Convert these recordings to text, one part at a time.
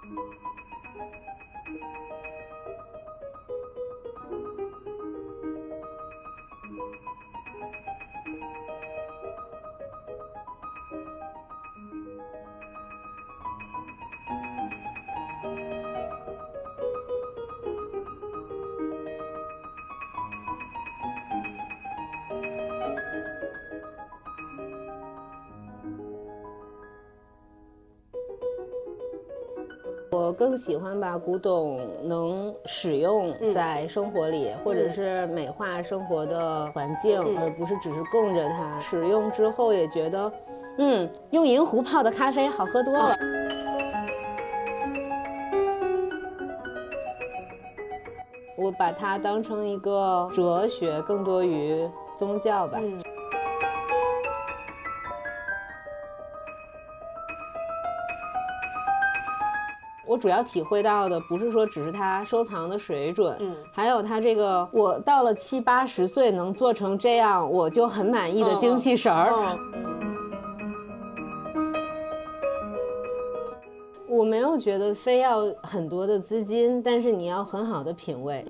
我更喜欢把古董能使用在生活里，或者是美化生活的环境，而不是只是供着它。使用之后也觉得，用银壶泡的咖啡好喝多了。我把它当成一个哲学，更多于宗教吧。我主要体会到的不是说只是它收藏的水准，还有它这个我到了70、80岁能做成这样，我就很满意的精气神儿。我没有觉得非要很多的资金，但是你要很好的品味。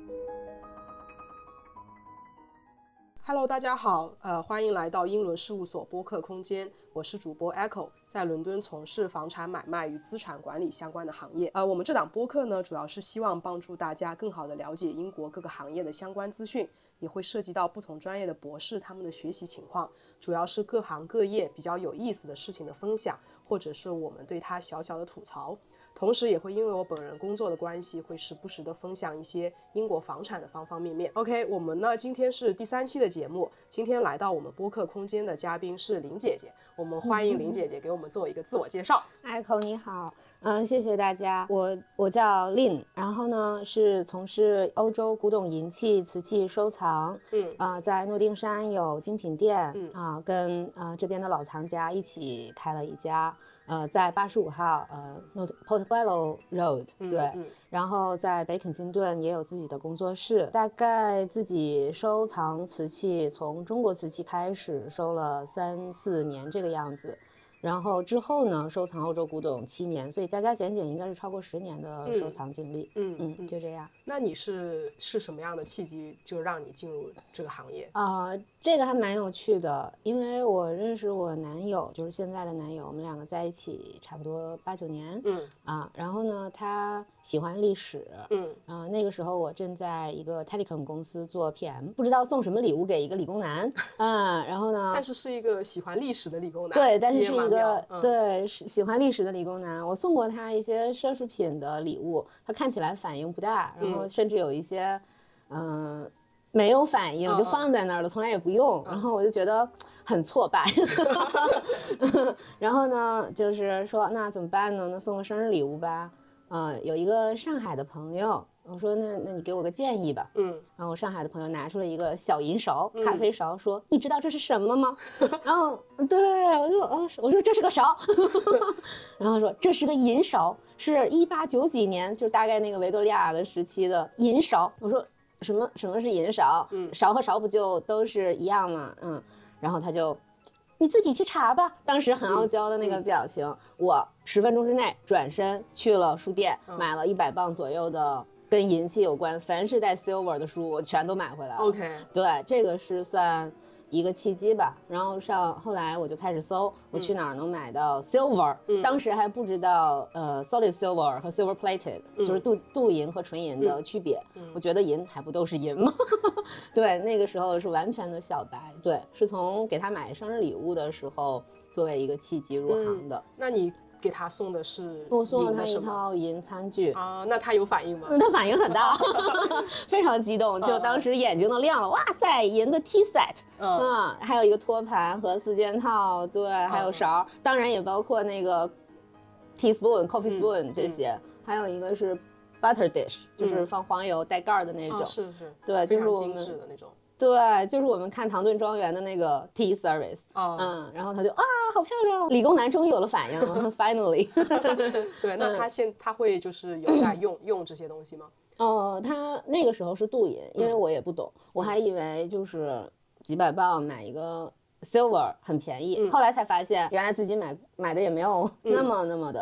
Hello， 大家好，欢迎来到英伦事务所播客空间，我是主播 Echo， 在伦敦从事房产买卖与资产管理相关的行业。我们这档播客呢，主要是希望帮助大家更好的了解英国各个行业的相关资讯，也会涉及到不同专业的博士他们的学习情况，主要是各行各业比较有意思的事情的分享，或者是我们对它小小的吐槽。同时也会因为我本人工作的关系，会时不时的分享一些英国房产的方方面面。OK， 我们呢今天是第3期的节目，今天来到我们播客空间的嘉宾是林姐姐，我们欢迎林姐姐给我们做一个自我介绍。 Echo 你好，谢谢大家，我叫 Lin， 然后呢是从事欧洲古董银器、瓷器收藏，在诺丁山有精品店，跟这边的老藏家一起开了一家。在85号Portobello Road， 对，然后在北肯辛顿也有自己的工作室，大概自己收藏瓷器，从中国瓷器开始收了3、4年这个样子。然后之后呢，收藏欧洲古董7年，所以加加减减应该是超过10年的收藏经历。就这样。 那你是什么样的契机就让你进入这个行业？ 这个还蛮有趣的，因为我认识我男友，就是现在的男友，我们2个在一起差不多8、9年。然后呢，他喜欢历史。那个时候我正在一个 Telecom 公司做 PM， 不知道送什么礼物给一个理工男。然后呢， 但是一个喜欢历史的理工男。 对，但是是一个对喜欢历史的理工男。我送过他一些奢侈品的礼物，他看起来反应不大，然后甚至有一些没有反应，就放在那儿了，从来也不用。然后我就觉得很挫败。然后呢，就是说那怎么办呢？那送个生日礼物吧。有一个上海的朋友，我说那你给我个建议吧。然后我上海的朋友拿出了一个小银勺，咖啡勺，说你知道这是什么吗？然后对我说这是个勺。然后说这是个银勺，是1890几年，就大概那个维多利亚的时期的银勺。我说什么是银勺？勺和勺不就都是一样吗？然后他就你自己去查吧，当时很傲娇的那个表情。我10分钟之内转身去了书店，买了100磅左右的跟银器有关，凡是带 silver 的书我全都买回来了。 OK， 对，这个是算一个契机吧。然后后来我就开始搜，我去哪儿能买到 silver，当时还不知道solid silver 和 silver plated，就是镀银和纯银的区别。我觉得银还不都是银吗？对，那个时候是完全的小白。对，是从给他买生日礼物的时候作为一个契机入行的。 那你给他送的是？ 我送了他一套银餐具那他有反应吗？ 他反应很大。非常激动，就当时眼睛都亮了。哇塞，银的 tea set，还有一个托盘和4件套，对，还有勺，当然也包括那个 teaspoon、coffee spoon 这些，还有一个是 butter dish，就是放黄油带盖的那种。 是， 对， 就是我们精致的那种。 对，就是我们看唐顿庄园的那个 tea service。然后他就好漂亮，理工男终于有了反应了。Finally。 对，那他会就是有在用这些东西吗？ 他那个时候是镀银，因为我也不懂，我还以为就是几百磅买一个 silver 很便宜，后来才发现原来自己买的也没有那么的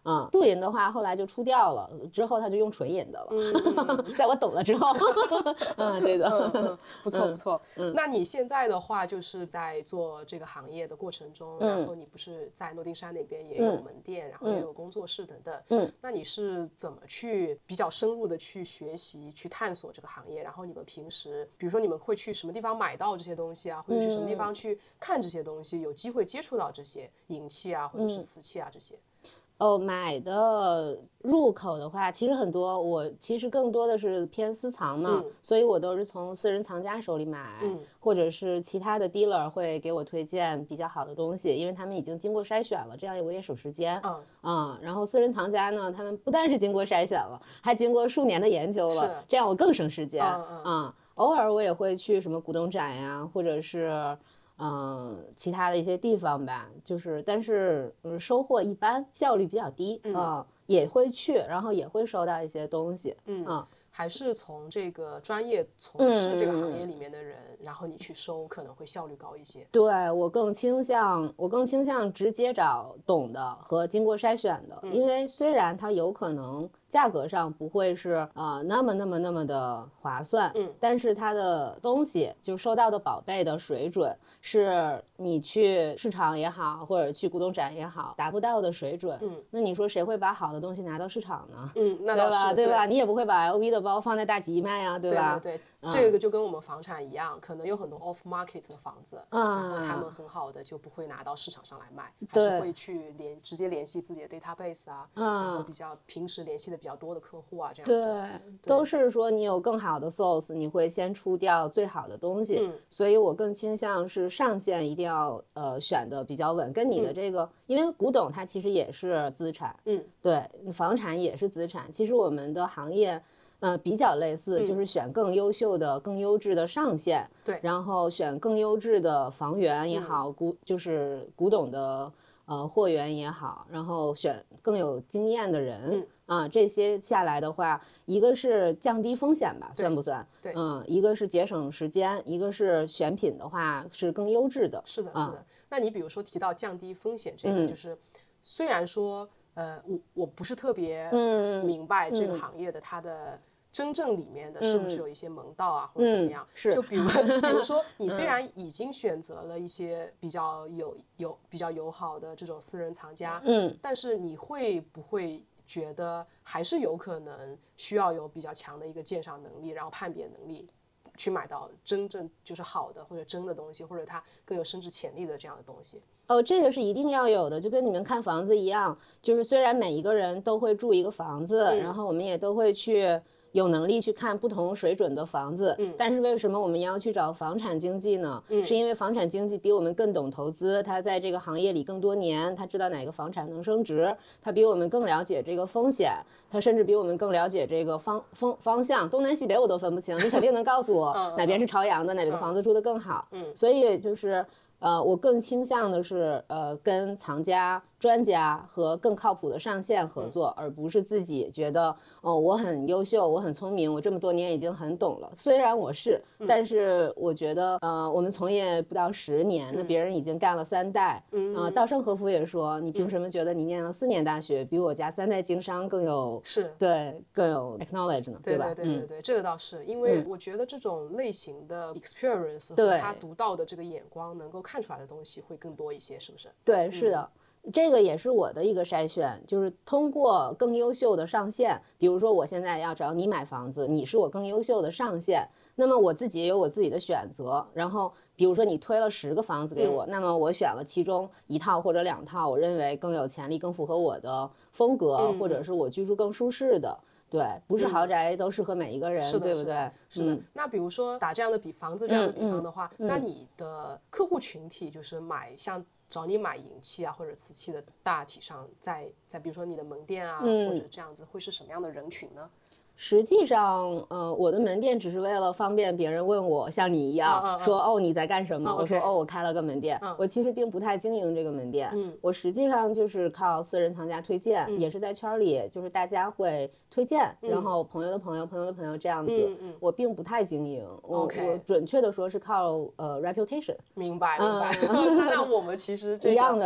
素银的话后来就出掉了，之后他就用纯银的了。在我懂了之后。对的。 不错不错。那你现在的话就是在做这个行业的过程中，然后你不是在诺丁山那边也有门店，然后也有工作室等等，那你是怎么去比较深入的去学习去探索这个行业？然后你们平时比如说你们会去什么地方买到这些东西啊，或者去什么地方去看这些东西，有机会接触到这些银器啊或者是瓷器啊这些？ 买的入口的话，其实很多，我其实更多的是偏私藏嘛，所以我都是从私人藏家手里买，或者是其他的 dealer 会给我推荐比较好的东西，因为他们已经经过筛选了，这样我也省时间。然后私人藏家呢，他们不但是经过筛选了，还经过数年的研究了，这样我更省时间。偶尔我也会去什么古董展呀，或者是其他的一些地方吧，就是但是收获一般，效率比较低。也会去，然后也会收到一些东西。 还是从这个专业从事这个行业里面的人，然后你去收可能会效率高一些。 对，我更倾向直接找懂的和经过筛选的，因为虽然它有可能价格上不会是那么的划算，但是它的东西就收到的宝贝的水准是你去市场也好，或者去古董展也好达不到的水准。那你说谁会把好的东西拿到市场呢？ 那倒是， 对吧？你也不会把 LV 的包放在大集卖啊，对吧？ 对，这个就跟我们房产一样，可能有很多 off market 的房子，然后他们很好的就不会拿到市场上来卖，还是会去直接联系自己的 database 啊，然后比较平时联系的比较多的客户啊，这样子。 对，都是说你有更好的 source， 你会先出掉最好的东西。所以我更倾向是上线一定要选的比较稳，跟你的这个，因为古董它其实也是资产，对，房产也是资产。其实我们的行业比较类似，就是选更优秀的、更优质的上线， 对， 然后选更优质的房源也好，就是古董的货源也好，然后选更有经验的人。这些下来的话，一个是降低风险吧，算不算？ 对， 一个是节省时间，一个是选品的话是更优质的。 是的，是的。那你比如说提到降低风险这个，就是虽然说我不是特别明白这个行业的它的真正里面的是不是有一些门道啊，或者怎么样？就比如说你虽然已经选择了一些比较比较友好的这种私人藏家，但是你会不会觉得还是有可能需要有比较强的一个鉴赏能力，然后判别能力，去买到真正就是好的或者真的东西，或者它更有升值潜力的这样的东西？ 这个是一定要有的，就跟你们看房子一样，就是虽然每一个人都会住一个房子，然后我们也都会去有能力去看不同水准的房子，但是为什么我们要去找房产经纪呢？是因为房产经纪比我们更懂投资，他在这个行业里更多年，他知道哪个房产能升值，他比我们更了解这个风险，他甚至比我们更了解这个方向，东南西北我都分不清，你肯定能告诉我哪边是朝阳的，哪个房子住得更好。所以就是我更倾向的是跟藏家、专家和更靠谱的上线合作，而不是自己觉得我很优秀，我很聪明，我这么多年已经很懂了。虽然我是，但是我觉得我们从业不到10年，那别人已经干了3代。稻盛和夫也说，你凭什么觉得你念了4年大学，比我家3代经商更有更有 acknowledge 呢？ 对吧？ 对，这个倒是，因为我觉得这种类型的 experience 和他独到的这个眼光能够看出来的东西会更多一些，是不是？ 对，是的。这个也是我的一个筛选，就是通过更优秀的上线，比如说我现在要找你买房子，你是我更优秀的上线，那么我自己也有我自己的选择，然后比如说你推了10个房子给我，那么我选了其中1套或者2套，我认为更有潜力、更符合我的风格，或者是我居住更舒适的。对，不是豪宅都适合每一个人，对不对？ 是的。那比如说打这样的房子这样的比方的话，那你的客户群体就是像找你买银器啊或者瓷器的，大体上在比如说你的门店啊，或者这样子会是什么样的人群呢？ 实际上，我的门店只是为了方便别人问我，像你一样说你在干什么？我说我开了个门店。我其实并不太经营这个门店，我实际上就是靠私人藏家推荐，也是在圈里，就是大家会推荐，然后朋友的朋友、朋友的朋友这样子。我并不太经营，我准确的说是靠reputation。 明白。那我们其实一样的。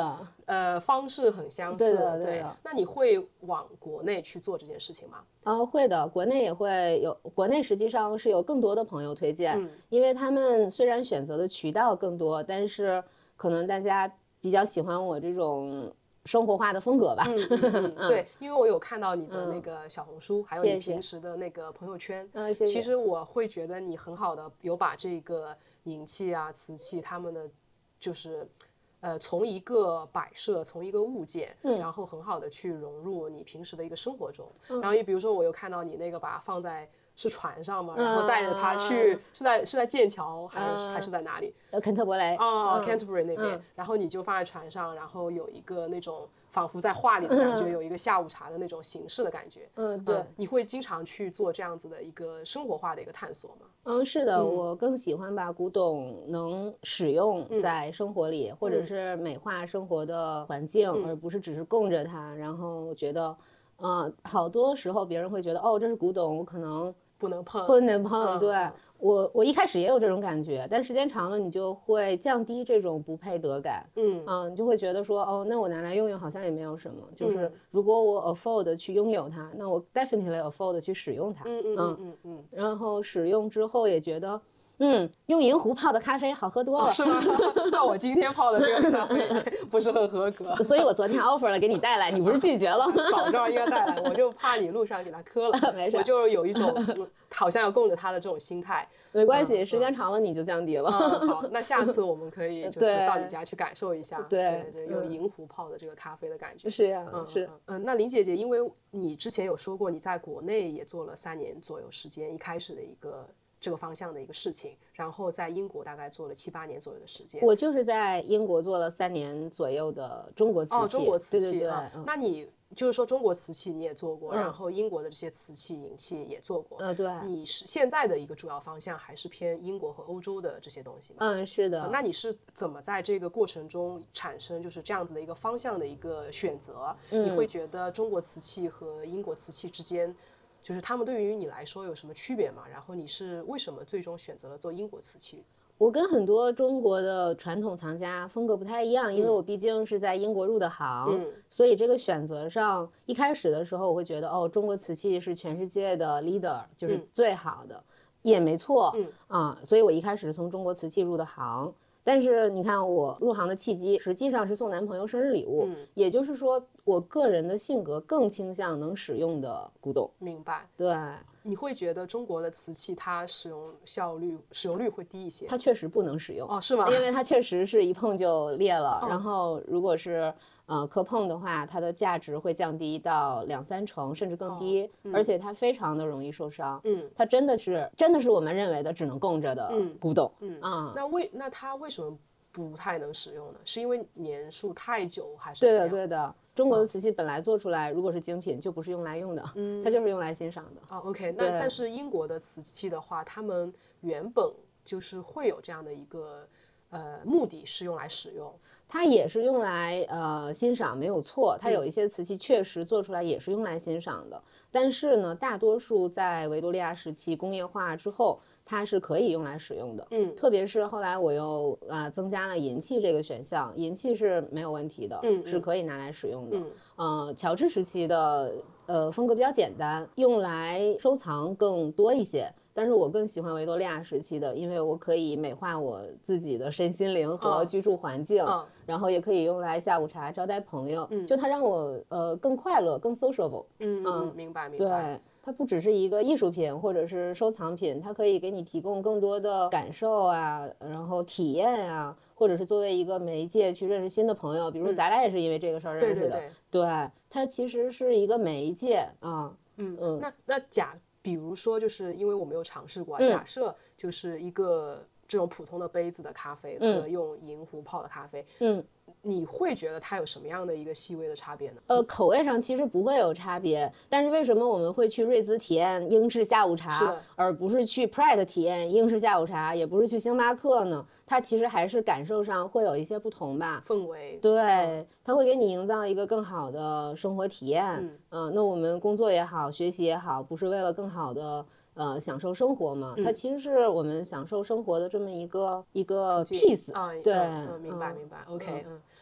方式很相似。 对的，对的。 那你会往国内去做这件事情吗？ 会的，国内也会有，国内实际上是有更多的朋友推荐，因为他们虽然选择的渠道更多，但是可能大家比较喜欢我这种生活化的风格吧。 对，因为我有看到你的那个小红书，还有你平时的那个朋友圈， 谢谢。 其实我会觉得你很好的有把这个银器啊、瓷器他们的就是从一个摆设，从一个物件，然后很好的去融入你平时的一个生活中。然后也比如说我有看到你那个把它放在是船上嘛，然后带着它去，是在剑桥还是在哪里？ 肯特伯雷 Canterbury 那边，然后你就放在船上，然后有一个那种仿佛在画里的感觉，有一个下午茶的那种形式的感觉。 对， 你会经常去做这样子的一个生活化的一个探索吗？ 是的，我更喜欢把古董能使用在生活里，或者是美化生活的环境，而不是只是供着它。然后觉得，好多时候别人会觉得，这是古董，我可能不能碰， 对，我一开始也有这种感觉，但时间长了，你就会降低这种不配得感。你就会觉得说，那我拿来用用好像也没有什么。就是如果我 afford 去拥有它，那我 definitely afford 去使用它。然后使用之后也觉得，用银壶泡的咖啡好喝多了。 是吗？那我今天泡的这个咖啡不是很合格， 所以我昨天 offer 了给你带来，你不是拒绝了吗？ 早知道应该带来，我就怕你路上给它磕了。 没事， 我就有一种好像要供着它的这种心态。 没关系，时间长了你就降低了。 好，那下次我们可以就是到你家去感受一下， 对， 用银壶泡的这个咖啡的感觉。 是呀，是。 那林姐姐，因为你之前有说过，你在国内也做了3年左右时间，一开始的一个这个方向的一个事情，然后在英国大概做了7、8年左右的时间。 我就是在英国做了3年左右的中国瓷器。 中国瓷器。 对。 那你就是说中国瓷器你也做过，然后英国的这些瓷器、银器也做过。 对。 你是现在的一个主要方向还是偏英国和欧洲的这些东西吗？ 是的。 那你是怎么在这个过程中产生就是这样子的一个方向的一个选择？你会觉得中国瓷器和英国瓷器之间，就是他们对于你来说有什么区别吗？然后你是为什么最终选择了做英国瓷器？ 我跟很多中国的传统藏家风格不太一样，因为我毕竟是在英国入的行，所以这个选择上一开始的时候我会觉得，中国瓷器是全世界的 leader， 就是最好的，也没错，所以我一开始是从中国瓷器入的行。但是你看我入行的契机实际上是送男朋友生日礼物，也就是说我个人的性格更倾向能使用的古董。 明白。 对。 你会觉得中国的瓷器它使用率会低一些？ 它确实不能使用。 是吗？ 因为它确实是一碰就裂了，然后如果是磕碰的话，它的价值会降低到2、3成甚至更低，而且它非常的容易受伤。它真的是我们认为的只能供着的古董。 那它为什么不太能使用呢？是因为年数太久还是？ 对的。中国的瓷器本来做出来，如果是精品，就不是用来用的，它就是用来欣赏的。 OK， 但是英国的瓷器的话，他们原本就是会有这样的一个目的是用来使用。 它也是用来欣赏，没有错。它有一些瓷器确实做出来也是用来欣赏的，但是呢，大多数在维多利亚时期工业化之后，它是可以用来使用的。特别是后来我又增加了银器这个选项，银器是没有问题的，是可以拿来使用的。乔治时期的风格比较简单，用来收藏更多一些。但是我更喜欢维多利亚时期的，因为我可以美化我自己的身心灵和居住环境，然后也可以用来下午茶招待朋友，就它让我更快乐，更 sociable。 明白。 对，它不只是一个艺术品或者是收藏品，它可以给你提供更多的感受啊，然后体验啊，或者是作为一个媒介去认识新的朋友，比如咱俩也是因为这个事儿认识的。对，它其实是一个媒介啊。 比如说，就是因为我没有尝试过，假设就是一个这种普通的杯子的咖啡和用银壶泡的咖啡，你会觉得它有什么样的一个细微的差别呢？ 口味上其实不会有差别，但是为什么我们会去瑞兹体验英式下午茶，而不是去 Pret 体验英式下午茶，也不是去星巴克呢？它其实还是感受上会有一些不同吧。 氛围。 对，它会给你营造一个更好的生活体验。那我们工作也好，学习也好，不是为了更好的享受生活嘛？它其实是我们享受生活的这么一个 piece。 对，明白。OK，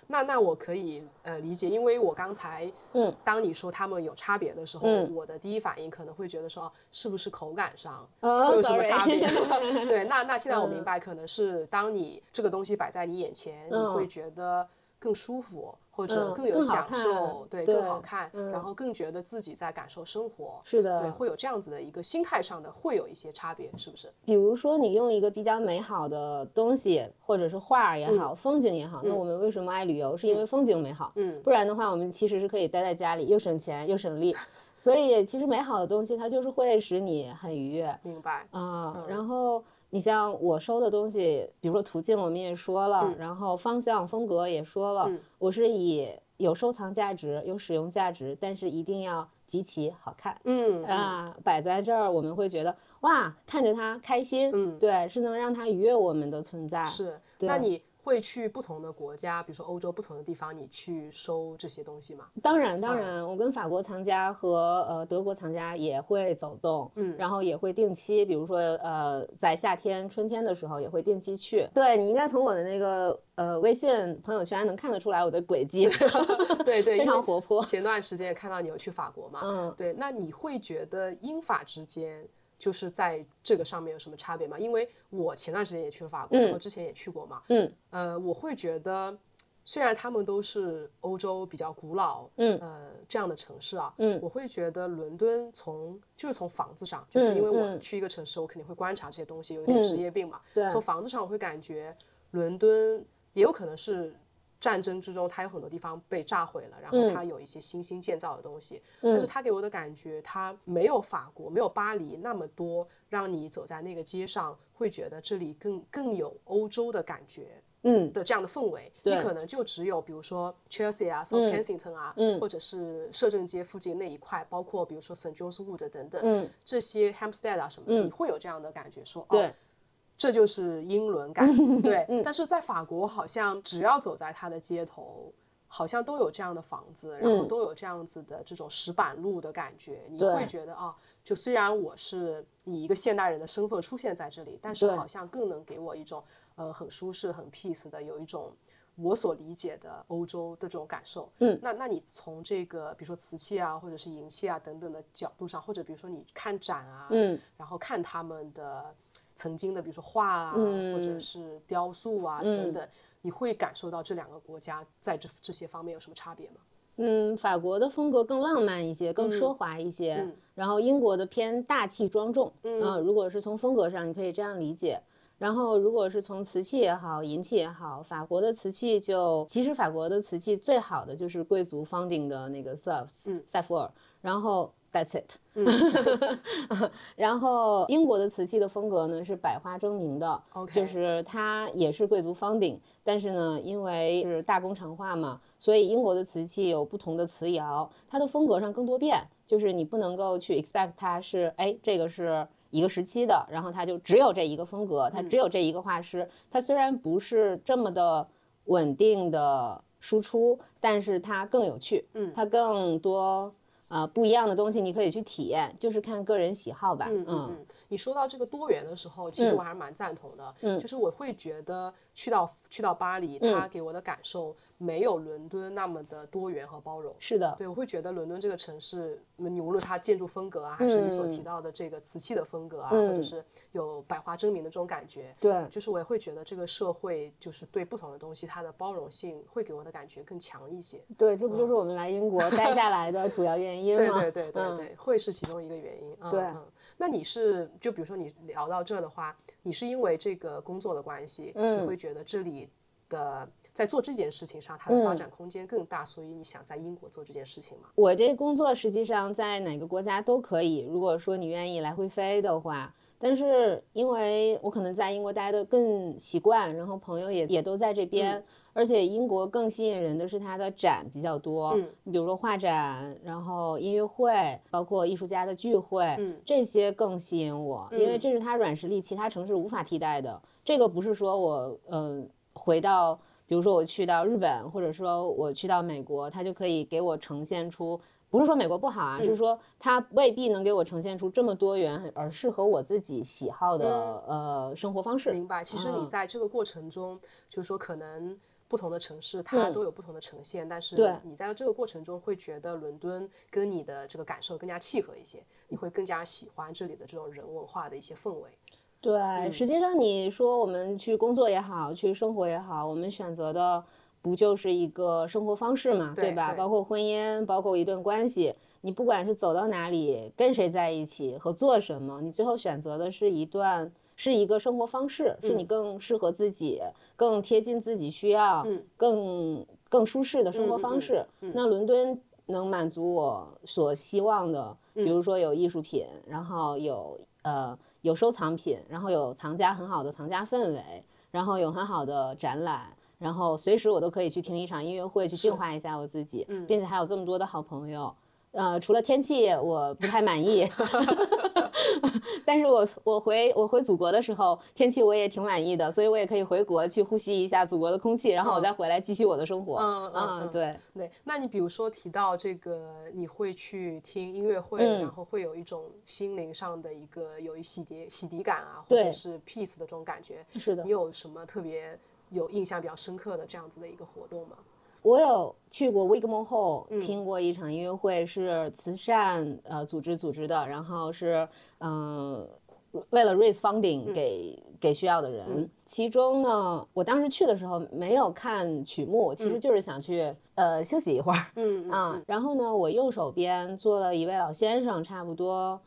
那我可以理解，因为我刚才当你说他们有差别的时候，我的第一反应可能会觉得说，是不是口感上会有什么差别？对，那现在我明白，可能是当你这个东西摆在你眼前，你会觉得更舒服。或者更有享受，对，更好看，然后更觉得自己在感受生活， 是的， 对，会有这样子的一个心态上的，会有一些差别，是不是？ 比如说你用一个比较美好的东西，或者是画也好，风景也好，那我们为什么爱旅游？是因为风景美好，不然的话，我们其实是可以待在家里，又省钱又省力。所以其实美好的东西，它就是会使你很愉悦。 明白然后你像我收的东西，比如说途径我们也说了，然后方向风格也说了，我是以有收藏价值、有使用价值，但是一定要极其好看。摆在这儿，我们会觉得哇，看着它开心，对，是能让它愉悦我们的存在。 是，那你会去不同的国家，比如说欧洲不同的地方，你去收这些东西吗？ 当然，我跟法国藏家和德国藏家也会走动，然后也会定期，比如说在夏天、春天的时候也会定期去。对，你应该从我的那个微信朋友圈能看得出来我的轨迹， 对， 非常活泼。 前段时间也看到你有去法国嘛，对，那你会觉得英法之间就是在这个上面有什么差别吗？因为我前段时间也去了法国，然后之前也去过嘛，我会觉得虽然他们都是欧洲比较古老，这样的城市啊，我会觉得伦敦从房子上，就是因为我去一个城市，我肯定会观察这些东西，有点职业病嘛，从房子上我会感觉伦敦也有可能是战争之中它有很多地方被炸毁了，然后它有一些新兴建造的东西，但是它给我的感觉它没有法国没有巴黎那么多让你走在那个街上会觉得这里更有欧洲的感觉的这样的氛围，你可能就只有比如说 Chelsea 啊 South Kensington 啊，或者是摄政街附近那一块，包括比如说 St. John's Wood 等等，这些 Hampstead 啊什么的，你会有这样的感觉说对这就是英伦感，对。但是在法国，好像只要走在它的街头，好像都有这样的房子，然后都有这样子的这种石板路的感觉。你会觉得就虽然我是以一个现代人的身份出现在这里，但是好像更能给我一种很舒适、很 peace 的，有一种我所理解的欧洲的这种感受。那你从这个比如说瓷器啊，或者是银器啊等等的角度上，或者比如说你看展啊，然后看他们的曾经的比如说画啊，或者是雕塑啊等等，你会感受到这两个国家在这些方面有什么差别吗？ 法国的风格更浪漫一些，更奢华一些，然后英国的偏大气庄重。如果是从风格上，你可以这样理解。然后如果是从瓷器也好，银器也好，法国的瓷器其实法国的瓷器最好的就是贵族方鼎的那个塞弗尔，然后That's it 然后英国的瓷器的风格呢是百花争鸣的，就是它也是贵族方鼎，但是呢因为是大工厂化嘛，所以英国的瓷器有不同的瓷窑，它的风格上更多变，就是你不能够去 expect 它是这个是一个时期的，然后它就只有这一个风格，它只有这一个画师，它虽然不是这么的稳定的输出，但是它更有趣，它更多不一样的东西你可以去体验，就是看个人喜好吧。 你说到这个多元的时候，其实我还是蛮赞同的，就是我会觉得去到巴黎，它给我的感受没有伦敦那么的多元和包容。 是的， 对，我会觉得伦敦这个城市，你无论它建筑风格啊，还是你所提到的这个瓷器的风格啊，或者是有百花争鸣的这种感觉， 对， 就是我也会觉得这个社会就是对不同的东西它的包容性会给我的感觉更强一些。 对，这不就是我们来英国待下来的主要原因吗？ 对，会是其中一个原因。 对， 那你是就比如说你聊到这的话，你是因为这个工作的关系，你会觉得这里的在做这件事情上它的发展空间更大，所以你想在英国做这件事情吗？ 我这工作实际上在哪个国家都可以，如果说你愿意来回飞的话，但是因为我可能在英国待的更习惯，然后朋友也都在这边，而且英国更吸引人的是它的展比较多，你比如说画展，然后音乐会，包括艺术家的聚会，这些更吸引我，因为这是它软实力其他城市无法替代的。这个不是说我回到比如说我去到日本，或者说我去到美国，它就可以给我呈现出，不是说美国不好啊，是说它未必能给我呈现出这么多元而适合我自己喜好的生活方式。 明白。其实你在这个过程中，就是说可能不同的城市它都有不同的呈现，但是你在这个过程中会觉得伦敦跟你的这个感受更加契合一些，你会更加喜欢这里的这种人文化的一些氛围。 对，实际上你说我们去工作也好，去生活也好，我们选择的不就是一个生活方式嘛，对吧？包括婚姻，包括一段关系，你不管是走到哪里，跟谁在一起和做什么，你最后选择的是一个生活方式，是你更适合自己、更贴近自己需要、更舒适的生活方式。那伦敦能满足我所希望的，比如说有艺术品，然后有收藏品，然后有藏家很好的藏家氛围，然后有很好的展览，然后随时我都可以去听一场音乐会，去净化一下我自己，并且还有这么多的好朋友。除了天气我不太满意但是我回祖国的时候天气我也挺满意的，所以我也可以回国去呼吸一下祖国的空气，然后我再回来继续我的生活。对。 那你比如说提到这个你会去听音乐会，然后会有一种心灵上的有一洗涤感啊，或者是 peace 的这种感觉。 是的。 你有什么特别有印象比较深刻的这样子的一个活动吗？ 我有去过 Wigmore Hall 听过一场音乐会，是慈善组织的，然后是为了 raise funding 给需要的人。其中呢，我当时去的时候没有看曲目，其实就是想去休息一会儿。然后呢，我右手边坐了一位老先生，差不多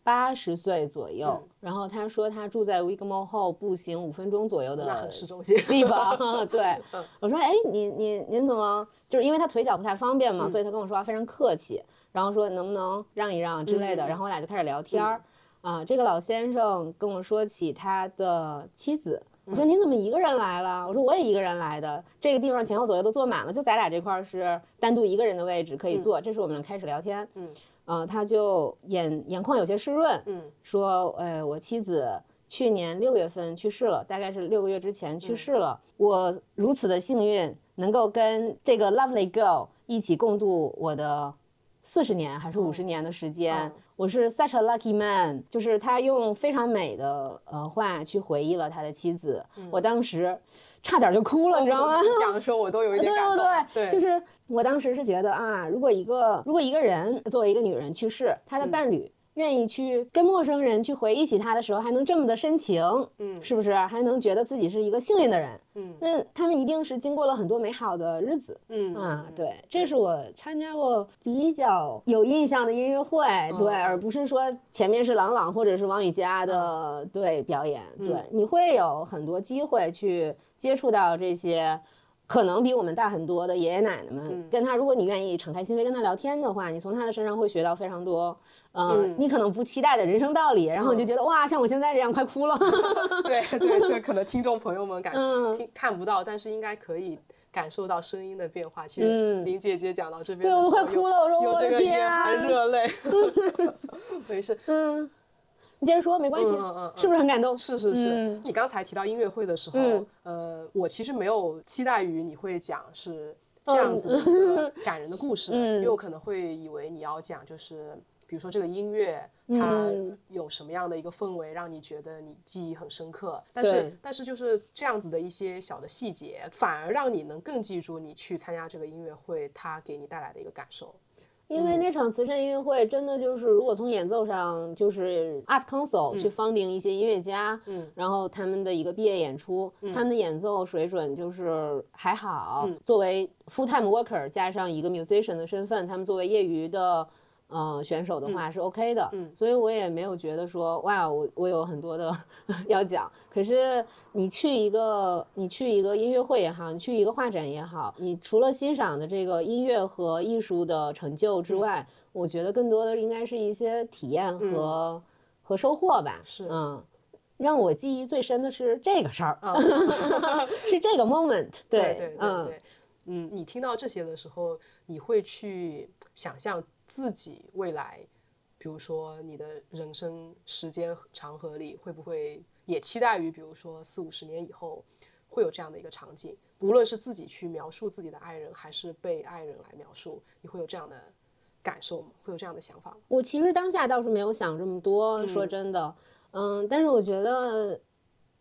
80岁左右，然后他说他住在 Wigmore Hall 步行5分钟左右的地方。对，我说哎，您怎么就是因为他腿脚不太方便嘛，所以他跟我说话非常客气，然后说能不能让一让之类的，然后我俩就开始聊天。这个老先生跟我说起他的妻子，我说您怎么一个人来了？我说我也一个人来的，这个地方前后左右都坐满了，就咱俩这块是单独一个人的位置可以坐。这是我们开始聊天。他就眼眶有些湿润，说，我妻子去年6月份去世了，大概是6个月之前去世了。我如此的幸运，能够跟这个 lovely girl 一起共度我的40年还是50年的时间。我是 such a lucky man， 就是他用非常美的话去回忆了他的妻子。我当时差点就哭了，你知道吗？ 讲的时候我都有一点感动。 对，就是我当时是觉得啊，如果一个人作为一个女人去世，她的伴侣愿意去跟陌生人去回忆起他的时候还能这么的深情，是不是还能觉得自己是一个幸运的人？那他们一定是经过了很多美好的日子。对，这是我参加过比较有印象的音乐会。对，而不是说前面是郎朗或者是王羽佳的对表演。对，你会有很多机会去接触到这些可能比我们大很多的爷爷奶奶们，跟他，如果你愿意敞开心扉跟他聊天的话，你从他的身上会学到非常多，你可能不期待的人生道理，然后你就觉得哇，像我现在这样快哭了。 对，这可能听众朋友们看不到，但是应该可以感受到声音的变化。其实林姐姐讲到这边的时候， 对，我快哭了，我说我的天啊， 还热泪。没事。 你接着说，没关系。是不是很感动？ 是。你刚才提到音乐会的时候，我其实没有期待于你会讲是这样子的一个感人的故事，因为我可能会以为你要讲就是比如说这个音乐它有什么样的一个氛围让你觉得你记忆很深刻，但是就是这样子的一些小的细节反而让你能更记住你去参加这个音乐会它给你带来的一个感受。 因为那场慈善音乐会真的就是，如果从演奏上，就是 Art Council 去 funding 一些音乐家，然后他们的一个毕业演出，他们的演奏水准就是还好。作为 full time worker 加上一个 musician 的身份，他们作为业余的选手的话是 OK 的，所以我也没有觉得说哇，我有很多的要讲。可是你去一个音乐会也好，你去一个画展也好，你除了欣赏的这个音乐和艺术的成就之外，我觉得更多的应该是一些体验和收获吧。 是， 让我记忆最深的是这个事儿，是这个 moment。对， 你听到这些的时候，你会去想象自己未来，比如说你的人生时间长河里，会不会也期待于比如说40-50年以后会有这样的一个场景，无论是自己去描述自己的爱人还是被爱人来描述，你会有这样的感受吗？会有这样的想法吗？ 我其实当下倒是没有想这么多，说真的。但是我觉得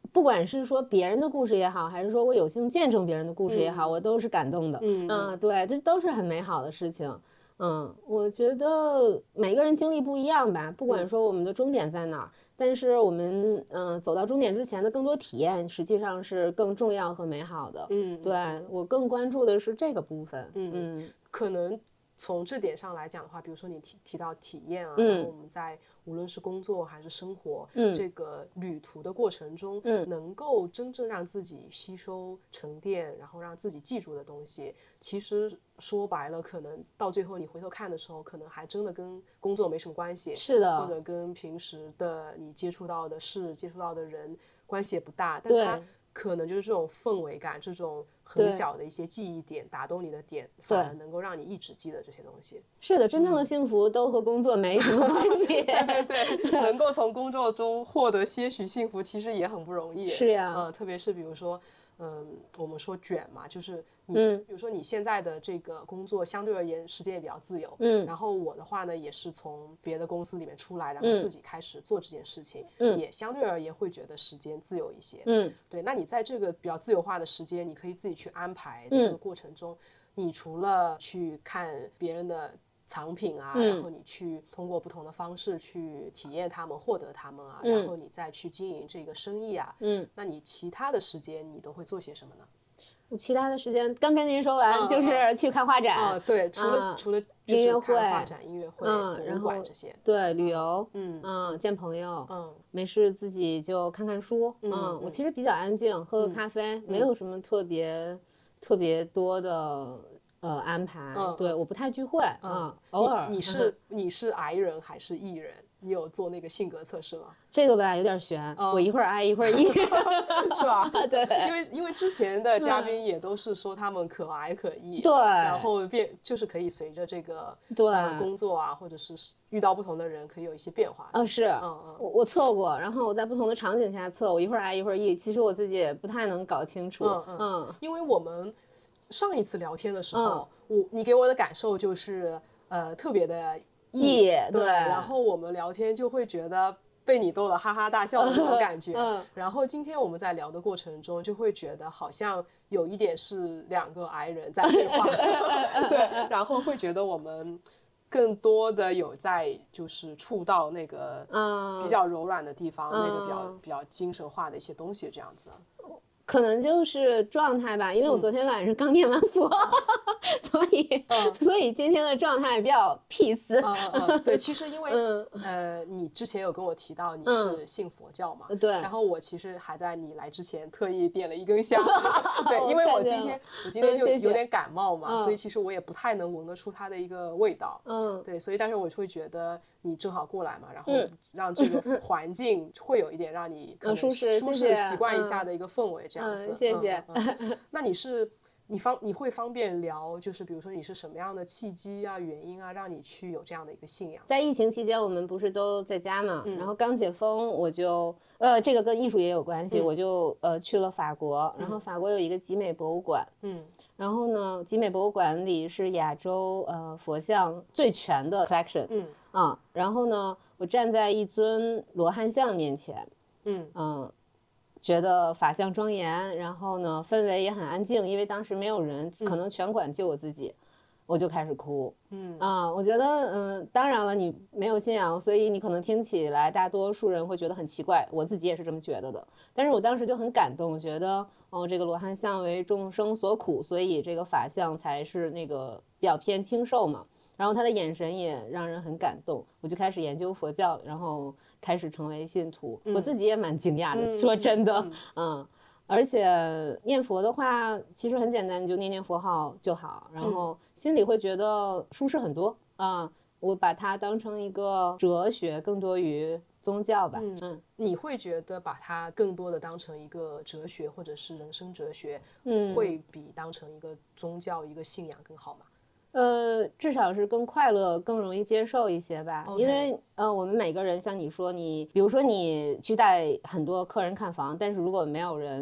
不管是说别人的故事也好，还是说我有幸见证别人的故事也好，我都是感动的。对，这都是很美好的事情。我觉得每个人经历不一样吧，不管说我们的终点在哪儿，但是我们走到终点之前的更多体验，实际上是更重要和美好的。对，我更关注的是这个部分。 可能从这点上来讲的话，比如说你提到体验啊，然后我们在无论是工作还是生活，这个旅途的过程中，能够真正让自己吸收沉淀，然后让自己记住的东西，其实说白了，可能到最后你回头看的时候，可能还真的跟工作没什么关系， 是的， 或者跟平时的你接触到的事、接触到的人关系也不大，但它可能就是这种氛围感，这种很小的一些记忆点打动你的点，反而能够让你一直记得这些东西。 是的，真正的幸福都和工作没什么关系。 对，能够从工作中获得些许幸福，其实也很不容易。 是呀， 特别是比如说，我们说卷嘛，就是你，比如说你现在的这个工作相对而言时间也比较自由，然后我的话呢，也是从别的公司里面出来，然后自己开始做这件事情，也相对而言会觉得时间自由一些。对，那你在这个比较自由化的时间，你可以自己去安排的这个过程中，你除了去看别人的藏品啊，然后你去通过不同的方式去体验他们、获得他们啊，然后你再去经营这个生意啊，那你其他的时间你都会做些什么呢？ 我其他的时间刚跟您说完，就是去看画展。 对，除了音乐会、 画展、音乐会、博物馆这些。 对，旅游，见朋友，没事自己就看看书。我其实比较安静，喝个咖啡，没有什么特别多的安排。对，我不太聚会。偶尔。 你是 I 人还是 E 人？你有做那个性格测试吗？ 这个吧有点悬，我一会儿 I 一会儿 E， 是吧？ 对， 因为之前的嘉宾也都是说他们可 I 可 E， 对， 然后就是可以随着这个工作啊，或者是遇到不同的人，可以有一些变化。 是，我测过，然后我在不同的场景下测，我一会儿 I 一会儿 E， 其实我自己也不太能搞清楚。 因为我们上一次聊天的时候，你给我的感受就是特别的 E， 对，然后我们聊天就会觉得被你逗得哈哈大笑的那种感觉。然后今天我们在聊的过程中，就会觉得好像有一点是两个I人在对话，对，然后会觉得我们更多的有在就是触到那个比较柔软的地方，那个比较精神化的一些东西，这样子。 可能就是状态吧，因为我昨天晚上刚念完佛，所以今天的状态比较 peace。 对，其实因为你之前有跟我提到你是信佛教嘛， 对， 然后我其实还在你来之前特意点了一根香，对，因为我今天就有点感冒嘛，所以其实我也不太能闻得出它的一个味道，对，所以但是我会觉得你正好过来嘛，然后让这个环境会有一点让你可能舒适习惯一下的一个氛围，这样子。 谢谢。 那你会方便聊，就是比如说你是什么样的契机啊、原因啊，让你去有这样的一个信仰？ 在疫情期间，我们不是都在家嘛，然后刚解封，我就这个跟艺术也有关系，我就去了法国，然后法国有一个集美博物馆，然后呢，集美博物馆里是亚洲佛像最全的 collection，然后呢，我站在一尊罗汉像面前，觉得法相庄严，然后呢氛围也很安静，因为当时没有人，可能全馆就我自己，我就开始哭。我觉得当然了，你没有信仰，所以你可能听起来大多数人会觉得很奇怪，我自己也是这么觉得的。但是我当时就很感动，觉得这个罗汉像为众生所苦，所以这个法相才是那个比较偏清瘦嘛。然后他的眼神也让人很感动，我就开始研究佛教，然后开始成为信徒。我自己也蛮惊讶的，说真的，而且念佛的话其实很简单，你就念念佛号就好，然后心里会觉得舒适很多我把它当成一个哲学，更多于宗教吧。 你会觉得把它更多的当成一个哲学或者是人生哲学，会比当成一个宗教、一个信仰更好吗？ 至少是更快乐，更容易接受一些吧。因为我们每个人，像你说，比如说你去带很多客人看房，但是如果没有人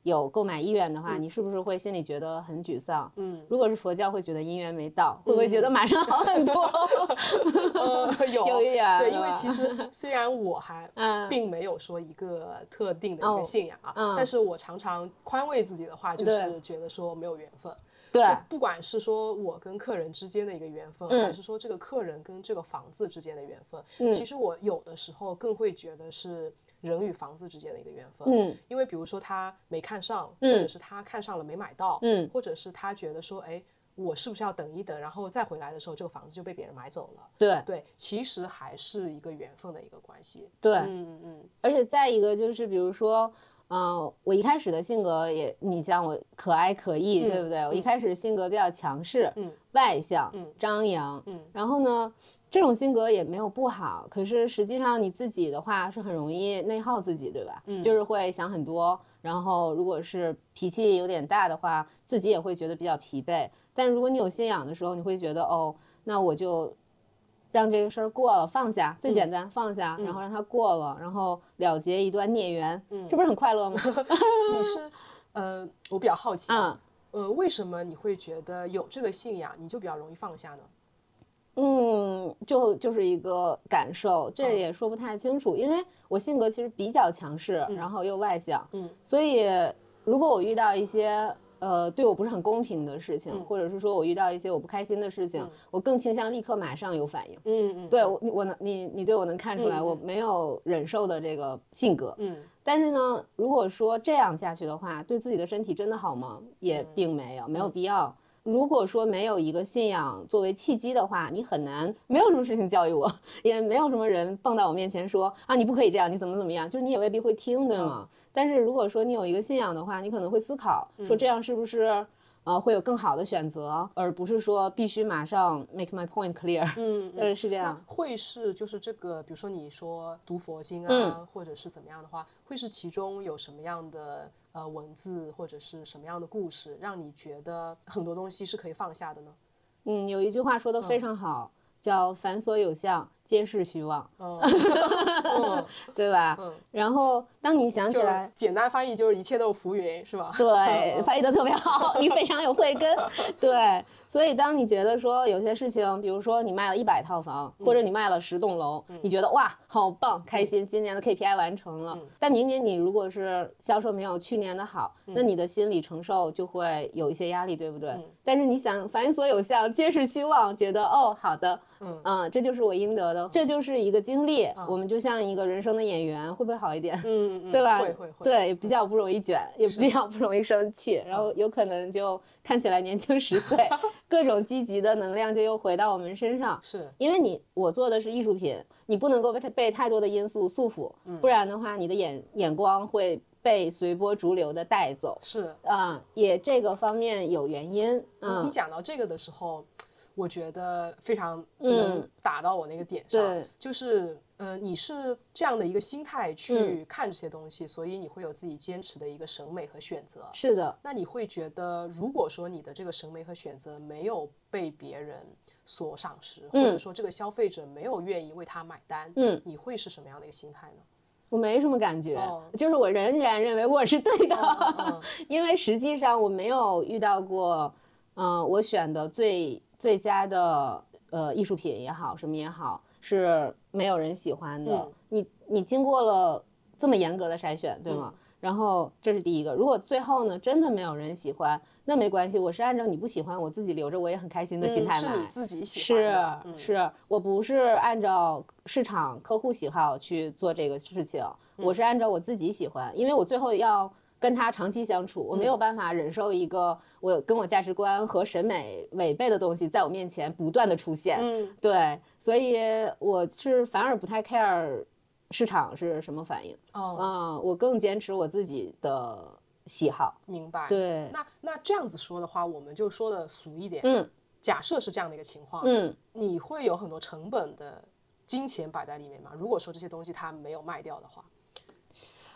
有购买意愿的话，你是不是会心里觉得很沮丧？如果是佛教会觉得姻缘没到，会不会觉得马上好很多？有一点， 对，因为其实虽然我还并没有说一个特定的一个信仰但是我常常宽慰自己的话，就是觉得说没有缘分。 对， 不管是说我跟客人之间的一个缘分，还是说这个客人跟这个房子之间的缘分，其实我有的时候更会觉得是人与房子之间的一个缘分。因为比如说他没看上，或者是他看上了没买到，或者是他觉得说，哎，我是不是要等一等，然后再回来的时候，这个房子就被别人买走了。对，其实还是一个缘分的一个关系。 对，而且再一个就是比如说。我一开始的性格也，你像我可爱可义，对不对？我一开始性格比较强势，外向，张扬，然后呢，这种性格也没有不好，可是实际上你自己的话是很容易内耗自己，对吧？就是会想很多，然后如果是脾气有点大的话，自己也会觉得比较疲惫。但如果你有信仰的时候，你会觉得哦，那我就让这个事儿过了，放下，最简单，放下，然后让它过了，然后了结一段孽缘，这不是很快乐吗？ 你是我比较好奇为什么你会觉得有这个信仰，你就比较容易放下呢？ 就是一个感受，这也说不太清楚，因为我性格其实比较强势，然后又外向，所以如果我遇到一些对我不是很公平的事情，或者是说我遇到一些我不开心的事情，我更倾向立刻马上有反应。对你对我能看出来，我没有忍受的这个性格。但是呢，如果说这样下去的话，对自己的身体真的好吗？也并没有，没有必要。如果说没有一个信仰作为契机的话，你很难，没有什么事情教育我，也没有什么人蹦到我面前说啊，你不可以这样，你怎么样，就是你也未必会听，对吗？但是如果说你有一个信仰的话，你可能会思考，说这样是不是会有更好的选择，而不是说必须马上 make my point clear。是这样。 会是就是这个，比如说你说读佛经或者是怎么样的话，会是其中有什么样的文字或者是什么样的故事，让你觉得很多东西是可以放下的呢？ 有一句话说的非常好，叫凡所有相，皆是虚妄。对吧？然后当你想起来， 简单翻译就是一切都是浮云，是吧？ 对，翻译的特别好，你非常有慧根。对，所以当你觉得说有些事情，比如说你卖了100套房，或者你卖了10栋楼，你觉得哇好棒，开心，今年的 KPI 完成了。但明年你如果是销售没有去年的好，那你的心理承受就会有一些压力，对不对？但是你想凡所有相，皆是虚妄，觉得哦好的，这就是我应得的，这就是一个经历。我们就像一个人生的演员，会不会好一点？对吧？ 会。 对，比较不容易卷，也比较不容易生气，然后有可能就看起来年轻10岁，各种积极的能量就又回到我们身上。 是因为我做的是艺术品，你不能够被太多的因素束缚，不然的话，你的眼光会被随波逐流的带走。 是也这个方面有原因。 你讲到这个的时候，我觉得非常能打到我那个点上，就是你是这样的一个心态去看这些东西，所以你会有自己坚持的一个审美和选择。 是的。 那你会觉得，如果说你的这个审美和选择没有被别人所赏识，或者说这个消费者没有愿意为他买单，你会是什么样的一个心态呢？ 我没什么感觉，就是我仍然认为我是对的，因为实际上我没有遇到过，我选的最佳的艺术品也好，什么也好，是没有人喜欢的。你经过了这么严格的筛选，对吗？然后这是第一个。如果最后呢，真的没有人喜欢，那没关系，我是按照你不喜欢，我自己留着，我也很开心的心态买。 是你自己喜欢的。 是，我不是按照市场客户喜好去做这个事情，我是按照我自己喜欢，因为我最后要跟他长期相处，我没有办法忍受一个我跟我价值观和审美违背的东西在我面前不断的出现。对，所以我是反而不太 care 市场是什么反应。我更坚持我自己的喜好。 明白。 对。 那这样子说的话，我们就说的俗一点。假设是这样的一个情况，你会有很多成本的金钱摆在里面吗？如果说这些东西它没有卖掉的话。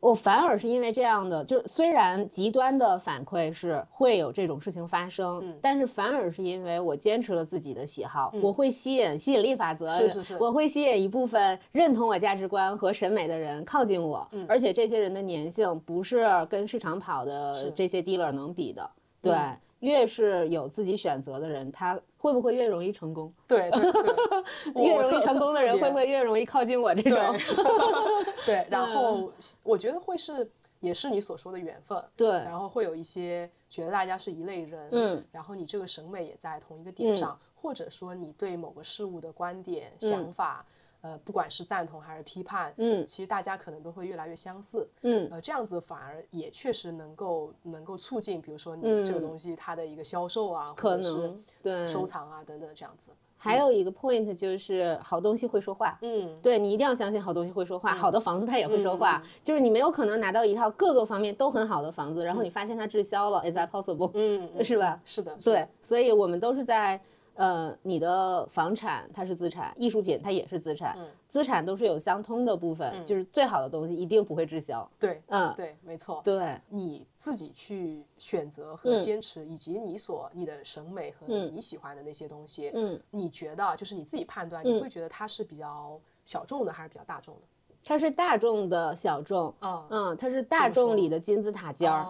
我反而是因为这样的，就虽然极端的反馈是会有这种事情发生，但是反而是因为我坚持了自己的喜好，我会吸引力法则，我会吸引一部分认同我价值观和审美的人靠近我，而且这些人的粘性不是跟市场跑的这些 dealer 能比的，对。越是有自己选择的人，他会不会越容易成功？ 对， 越容易成功的人会不会越容易靠近我这种？ 对，然后我觉得会是也是你所说的缘分， 对， 然后会有一些觉得大家是一类人，然后你这个审美也在同一个点上，或者说你对某个事物的观点、想法。不管是赞同还是批判，其实大家可能都会越来越相似，这样子反而也确实能够促进，比如说你这个东西它的一个销售啊，或者是对收藏啊等等这样子。 还有一个 point 就是好东西会说话，对，你一定要相信好东西会说话，好的房子它也会说话，就是你没有可能拿到一套各个方面都很好的房子，然后你发现它滞销了，is that possible？是吧？ 是的， 对，所以我们都是在。你的房产它是资产，艺术品它也是资产，资产都是有相通的部分，就是最好的东西一定不会滞销。 对，对，没错。 对， 你自己去选择和坚持，以及你的审美和你喜欢的那些东西，你觉得就是你自己判断，你会觉得它是比较小众的还是比较大众的？ 它是大众的小众，它是大众里的金字塔尖儿。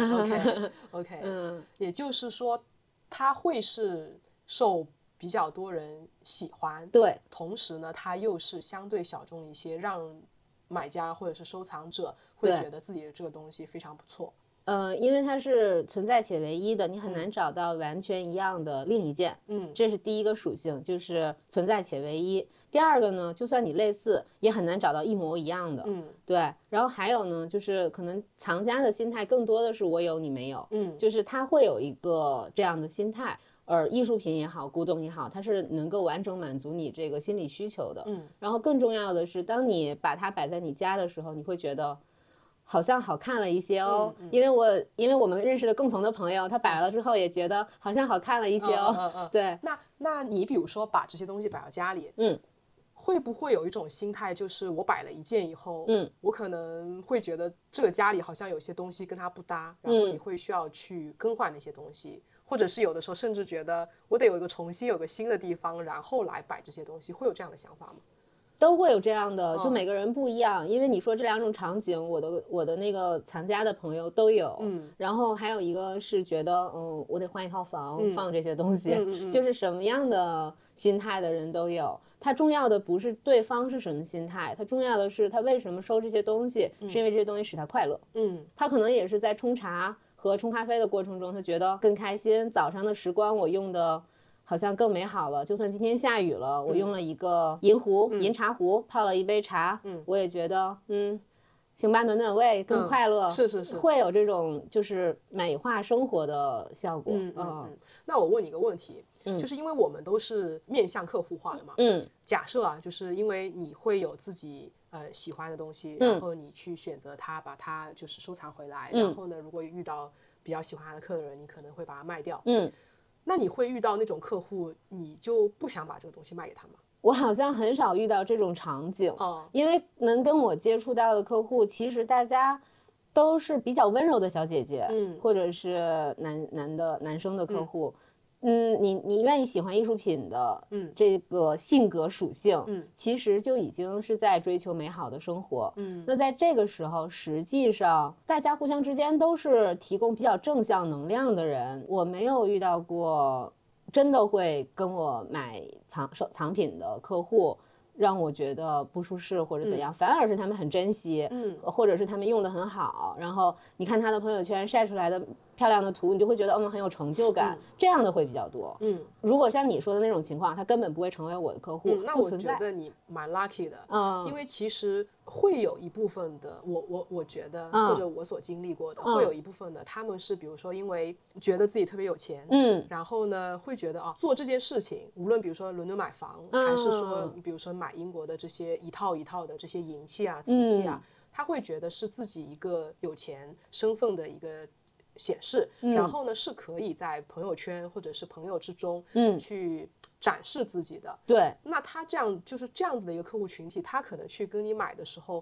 OK，也就是说，它会是受比较多人喜欢， 对， 同时呢，它又是相对小众一些，让买家或者是收藏者会觉得自己的这个东西非常不错。 因为它是存在且唯一的，你很难找到完全一样的另一件，这是第一个属性，就是存在且唯一。第二个呢，就算你类似，也很难找到一模一样的，对。然后还有呢，就是可能藏家的心态更多的是我有你没有，就是他会有一个这样的心态。而艺术品也好，古董也好，它是能够完整满足你这个心理需求的。然后更重要的是，当你把它摆在你家的时候，你会觉得好像好看了一些哦。因为我们认识的共同的朋友，他摆了之后也觉得好像好看了一些哦。对。 那你比如说把这些东西摆到家里，会不会有一种心态，就是我摆了一件以后，我可能会觉得这个家里好像有些东西跟它不搭，然后你会需要去更换那些东西。或者是有的时候甚至觉得我得有个新的地方，然后来摆这些东西，会有这样的想法吗？ 都会有这样的，就每个人不一样。因为你说这两种场景，我的那个藏家的朋友都有。然后还有一个是觉得，我得换一套房，放这些东西，就是什么样的心态的人都有。它重要的不是对方是什么心态，它重要的是他为什么收这些东西，是因为这些东西使他快乐。他可能也是在冲茶和冲咖啡的过程中，他觉得更开心。早上的时光我用的好像更美好了，就算今天下雨了，我用了一个银茶壶泡了一杯茶，我也觉得行吧，暖暖胃更快乐。 是会有这种就是美化生活的效果。 那我问你一个问题，就是因为我们都是面向客户化的嘛，假设啊，就是因为你会有自己喜欢的东西，然后你去选择它，把它就是收藏回来，然后呢，如果遇到比较喜欢它的客人，你可能会把它卖掉。那你会遇到那种客户，你就不想把这个东西卖给他吗？ 我好像很少遇到这种场景，因为能跟我接触到的客户，其实大家都是比较温柔的小姐姐，或者是男生的客户。你愿意喜欢艺术品的，这个性格属性，其实就已经是在追求美好的生活。那在这个时候，实际上大家互相之间都是提供比较正向能量的人。我没有遇到过真的会跟我买藏品的客户让我觉得不舒适或者怎样，反而是他们很珍惜，或者是他们用的很好，然后你看他的朋友圈晒出来的漂亮的图，你就会觉得很有成就感，这样的会比较多。如果像你说的那种情况，他根本不会成为我的客户， 那我觉得你蛮 lucky 的，因为其实会有一部分的，我觉得，或者我所经历过的，会有一部分的，他们是比如说因为觉得自己特别有钱，然后呢会觉得做这件事情，无论比如说伦敦买房，还是说比如说买英国的这些一套一套的这些银器啊、瓷器啊，他会觉得是自己一个有钱身份的一个显示，然后呢是可以在朋友圈或者是朋友之中去展示自己的。 对， 那他这样就是这样子的一个客户群体，他可能去跟你买的时候，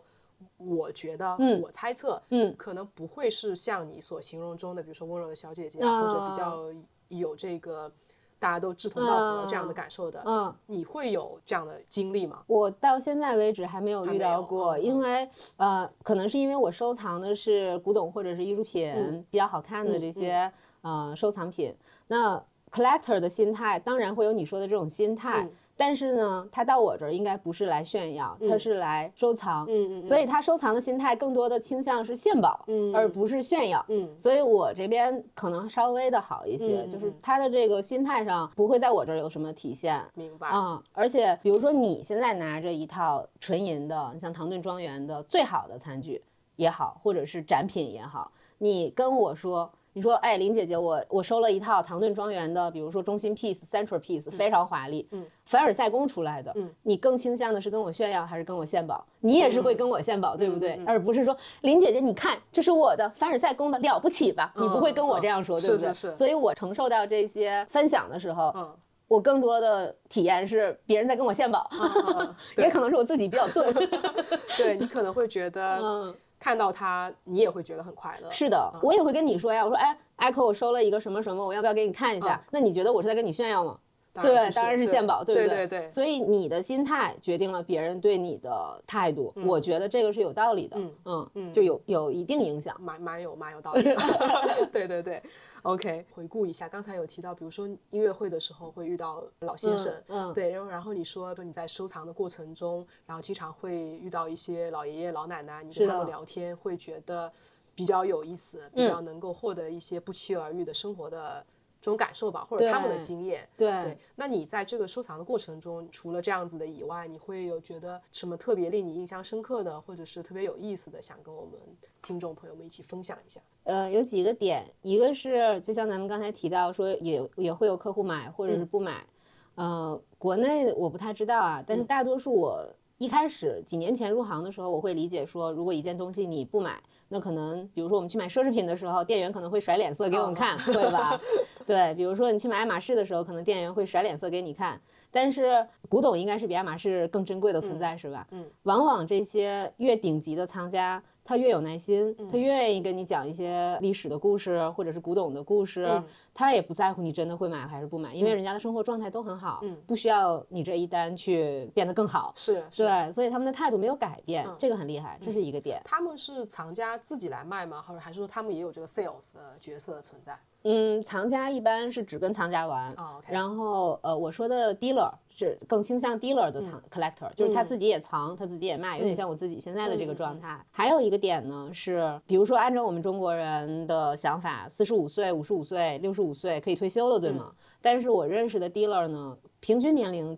我觉得，我猜测，可能不会是像你所形容中的，比如说温柔的小姐姐或者比较有这个大家都志同道合这样的感受的。你会有这样的经历吗？ 我到现在为止还没有遇到过，因为可能是因为我收藏的是古董或者是艺术品比较好看的这些收藏品。那 collector 的心态当然会有你说的这种心态。但是呢，他到我这儿应该不是来炫耀，他是来收藏。所以他收藏的心态更多的倾向是献宝，而不是炫耀。所以我这边可能稍微的好一些，就是他的这个心态上不会在我这儿有什么体现。 明白。 而且比如说你现在拿着一套纯银的，像唐顿庄园的最好的餐具也好，或者是展品也好，你跟我说。你说，哎，林姐姐，我收了一套唐顿庄园的，比如说中心 piece、central piece，非常华丽，凡尔赛宫出来的，你更倾向的是跟我炫耀，还是跟我献宝？你也是会跟我献宝，对不对？而不是说，林姐姐，你看，这是我的凡尔赛宫的，了不起吧？你不会跟我这样说，对不对？ 是。 所以我承受到这些分享的时候，我更多的体验是别人在跟我献宝，也可能是我自己比较钝。 对，你可能会觉得。看到它，你也会觉得很快乐。 是的，我也会跟你说呀。我说，哎 ，Echo， 我收了一个什么什么，我要不要给你看一下？那你觉得我是在跟你炫耀吗？对，当然是献宝，对不对？ 对。 所以你的心态决定了别人对你的态度，我觉得这个是有道理的。就有一定影响， 蛮有道理的。对。OK， 回顾一下，刚才有提到，比如说音乐会的时候会遇到老先生，对，然后你说你在收藏的过程中，然后经常会遇到一些老爷爷老奶奶，你跟他们聊天会觉得比较有意思，比较能够获得一些不期而遇的生活的这种感受吧，或者他们的经验。对，那你在这个收藏的过程中，除了这样子的以外，你会有觉得什么特别令你印象深刻的，或者是特别有意思的，想跟我们听众朋友们一起分享一下？ 有几个点，一个是就像咱们刚才提到说也会有客户买或者是不买，国内我不太知道啊，但是大多数我一开始几年前入行的时候，我会理解说，如果一件东西你不买，那可能比如说我们去买奢侈品的时候，店员可能会甩脸色给我们看，对吧？对，比如说你去买爱马仕的时候，可能店员会甩脸色给你看。但是古董应该是比爱马仕更珍贵的存在，是吧？往往这些越顶级的藏家，他越有耐心，他越愿意跟你讲一些历史的故事或者是古董的故事，他也不在乎你真的会买还是不买，因为人家的生活状态都很好，不需要你这一单去变得更好。 是对，所以他们的态度没有改变，这个很厉害，这是一个点。 他们是藏家自己来卖吗？或者还是说他们也有这个 sales 的角色存在？ 藏家一般是只跟藏家玩，然后我说的 dealer 是更倾向 dealer 的collector，就是他自己也藏，他自己也卖，有点像我自己现在的这个状态。还有一个点呢是，比如说按照我们中国人的想法，45岁、55岁、65岁可以退休了，对吗？但是我认识的 dealer 呢，平均年龄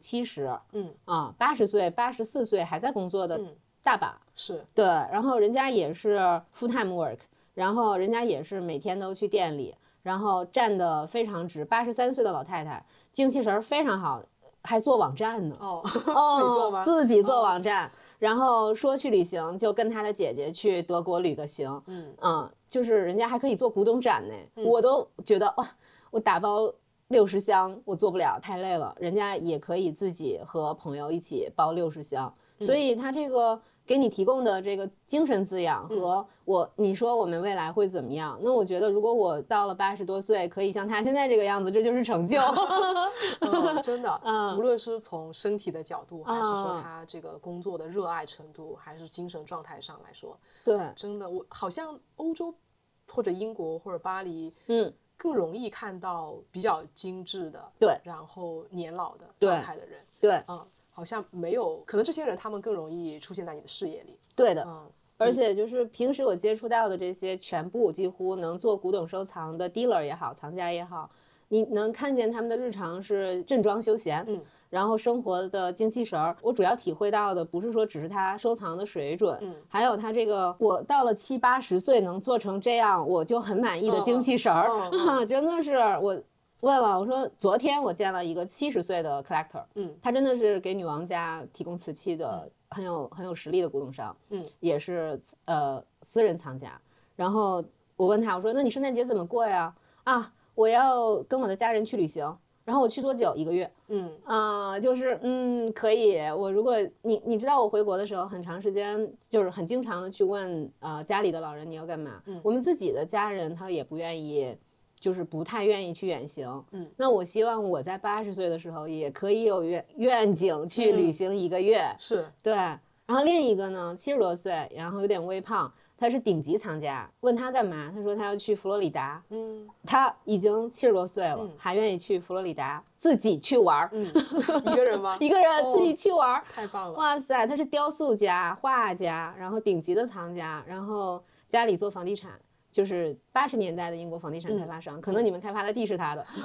70，80岁、84岁还在工作的大把， 是对，然后人家也是 full time work， 然后人家也是每天都去店里。然后站得非常直，83岁的老太太，精气神非常好，还做网站呢。 自己做吗？ 自己做网站，然后说去旅行，就跟她的姐姐去德国旅个行。就是人家还可以做古董展呢，我都觉得哇，我打包60箱我做不了，太累了。人家也可以自己和朋友一起包60箱，所以他这个。给你提供的这个精神滋养和你说我们未来会怎么样？那我觉得如果我到了80多岁，可以像他现在这个样子，这就是成就。 真的，无论是从身体的角度，还是说他这个工作的热爱程度，还是精神状态上来说， 对， 真的，我好像欧洲或者英国或者巴黎，更容易看到比较精致的， 对， 然后年老的状态的人， 对， 好像没有，可能这些人他们更容易出现在你的视野里。 对的，而且就是平时我接触到的这些全部几乎能做古董收藏的 dealer 也好，藏家也好，你能看见他们的日常是镇庄休闲，然后生活的精气神儿。我主要体会到的不是说只是他收藏的水准，还有他这个我到了70、80岁能做成这样，我就很满意的精气神儿，真的是我。问了，我说昨天我见了一个70岁的 collector，他真的是给女王家提供瓷器的，很有实力的古董商，也是私人藏家。然后我问他，我说那你圣诞节怎么过呀？啊，我要跟我的家人去旅行。 然后我去多久？1个月。就是可以。我如果你知道我回国的时候，很长时间就是很经常的去问家里的老人你要干嘛。我们自己的家人他也不愿意，就是不太愿意去远行。那我希望我在80岁的时候也可以有愿景去旅行1个月。 是对。然后另一个呢，70多岁，然后有点微胖，他是顶级藏家。问他干嘛，他说他要去佛罗里达。他已经70多岁了，还愿意去佛罗里达自己去玩。 一个人吗？ 一个人自己去玩。 太棒了！ 哇塞，他是雕塑家、画家，然后顶级的藏家，然后家里做房地产。就是80年代的英国房地产开发商，可能你们开发的地是他的。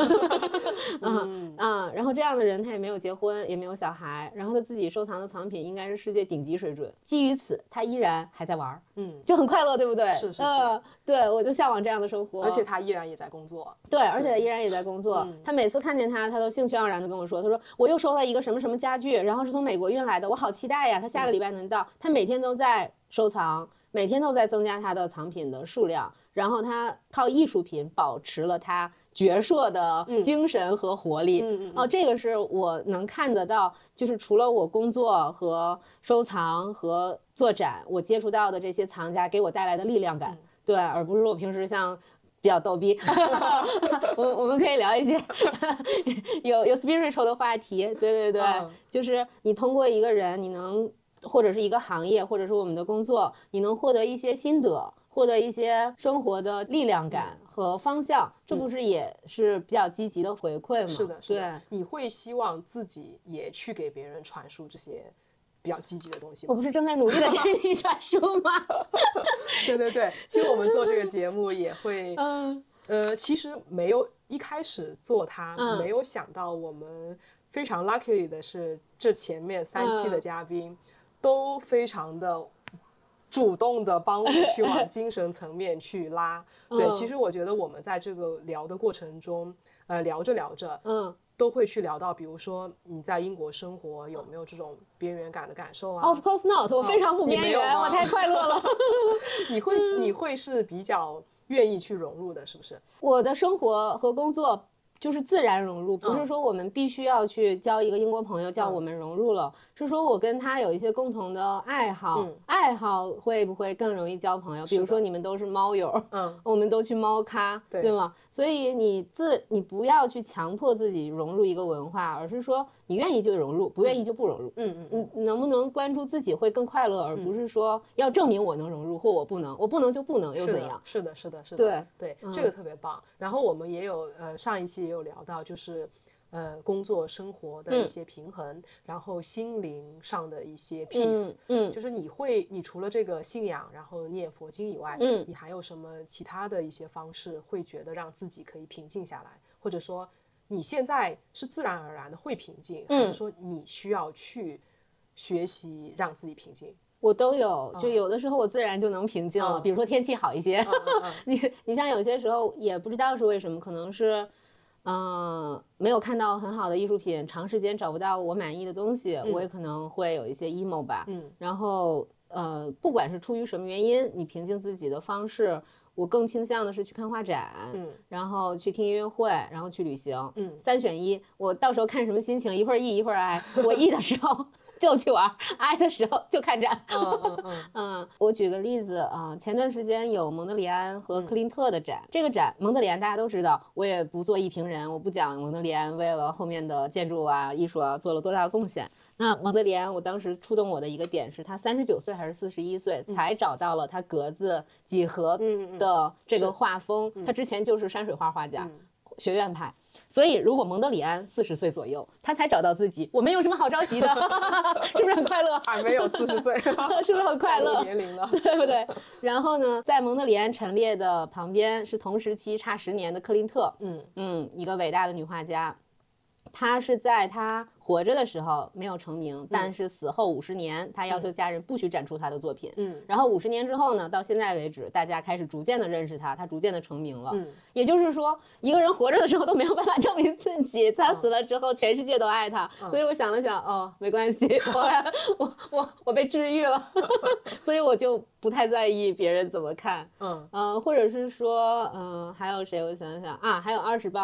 然后这样的人他也没有结婚，也没有小孩，然后他自己收藏的藏品应该是世界顶级水准。基于此，他依然还在玩，就很快乐，对不对？ 是。 对，我就向往这样的生活。 而且他依然也在工作。 对，而且他依然也在工作。他每次看见他都兴趣盎然的跟我说，他说我又收了一个什么什么家具，然后是从美国运来的，我好期待呀，他下个礼拜能到。他每天都在收藏，每天都在增加他的藏品的数量，然后他靠艺术品保持了他矍铄的精神和活力。这个是我能看得到，就是除了我工作和收藏和做展，我接触到的这些藏家给我带来的力量感。对，而不是我平时像比较逗逼。我们可以聊一些有 spiritual 的话题。对，就是你通过一个人，你能或者是一个行业，或者是我们的工作，你能获得一些心得，获得一些生活的力量感和方向，这不是也是比较积极的回馈吗？ 是的。 对， 你会希望自己也去给别人传输这些比较积极的东西吗？ 我不是正在努力的给你传输吗？ 对，其实我们做这个节目也会其实没有一开始做它没有想到，我们非常 lucky 的是这前面3期的嘉宾都非常的主动的帮我去往精神层面去拉。对，其实我觉得我们在这个聊的过程中聊着都会去聊到，比如说你在英国生活有没有这种边缘感的感受啊？ Of course not， 我非常不边缘，我太快乐了。 你会是比较愿意去融入的，是不是？ 我的生活和工作就是自然融入，不是说我们必须要去交一个英国朋友叫我们融入了，是说我跟他有一些共同的爱好，爱好会不会更容易交朋友？比如说你们都是猫友，我们都去猫咖，对吗？所以你不要去强迫自己融入一个文化，而是说你愿意就融入，不愿意就不融入。你能不能关注自己会更快乐，而不是说要证明我能融入或我不能，我不能就不能又怎样？ 是的。对，这个特别棒。然后我们也有上一期也有聊到，就是工作生活的一些平衡，然后心灵上的一些 peace。就是你除了这个信仰，然后念佛经以外，你还有什么其他的一些方式会觉得让自己可以平静下来，或者说你现在是自然而然的会平静，还是说你需要去学习让自己平静？ 我都有，就有的时候我自然就能平静了，比如说天气好一些。你像有些时候也不知道是为什么，可能是没有看到很好的艺术品，长时间找不到我满意的东西，我也可能会有一些 emo 吧。然后不管是出于什么原因，你平静自己的方式，我更倾向的是去看画展，然后去听音乐会，然后去旅行，3选1。我到时候看什么心情，一会儿 E 一会儿 I。我 E 的时候就去玩，I 的时候就看展。我举个例子前段时间有蒙德里安和克林特的展，这个展蒙德里安大家都知道，我也不做艺评人，我不讲蒙德里安为了后面的建筑啊艺术啊做了多大的贡献。那蒙德里安我当时触动我的一个点是，他39岁还是41岁才找到了他格子几何的这个画风，他之前就是山水画画家，学院派。所以如果蒙德里安40岁左右他才找到自己，我们有什么好着急的？是不是很快乐？ 还没有40岁是不是很快乐？ 年龄了， 对不对？然后呢，在蒙德里安陈列的旁边是同时期差10年的克林特，一个伟大的女画家。她是在她活着的时候没有成名，但是死后50年，她要求家人不许展出她的作品。然后50年之后呢，到现在为止，大家开始逐渐的认识她，她逐渐的成名了。也就是说，一个人活着的时候都没有办法证明自己，他死了之后，全世界都爱他。所以我想了想，没关系，我被治愈了，所以我就不太在意别人怎么看。或者是说，还有谁？我想想啊，还有20磅。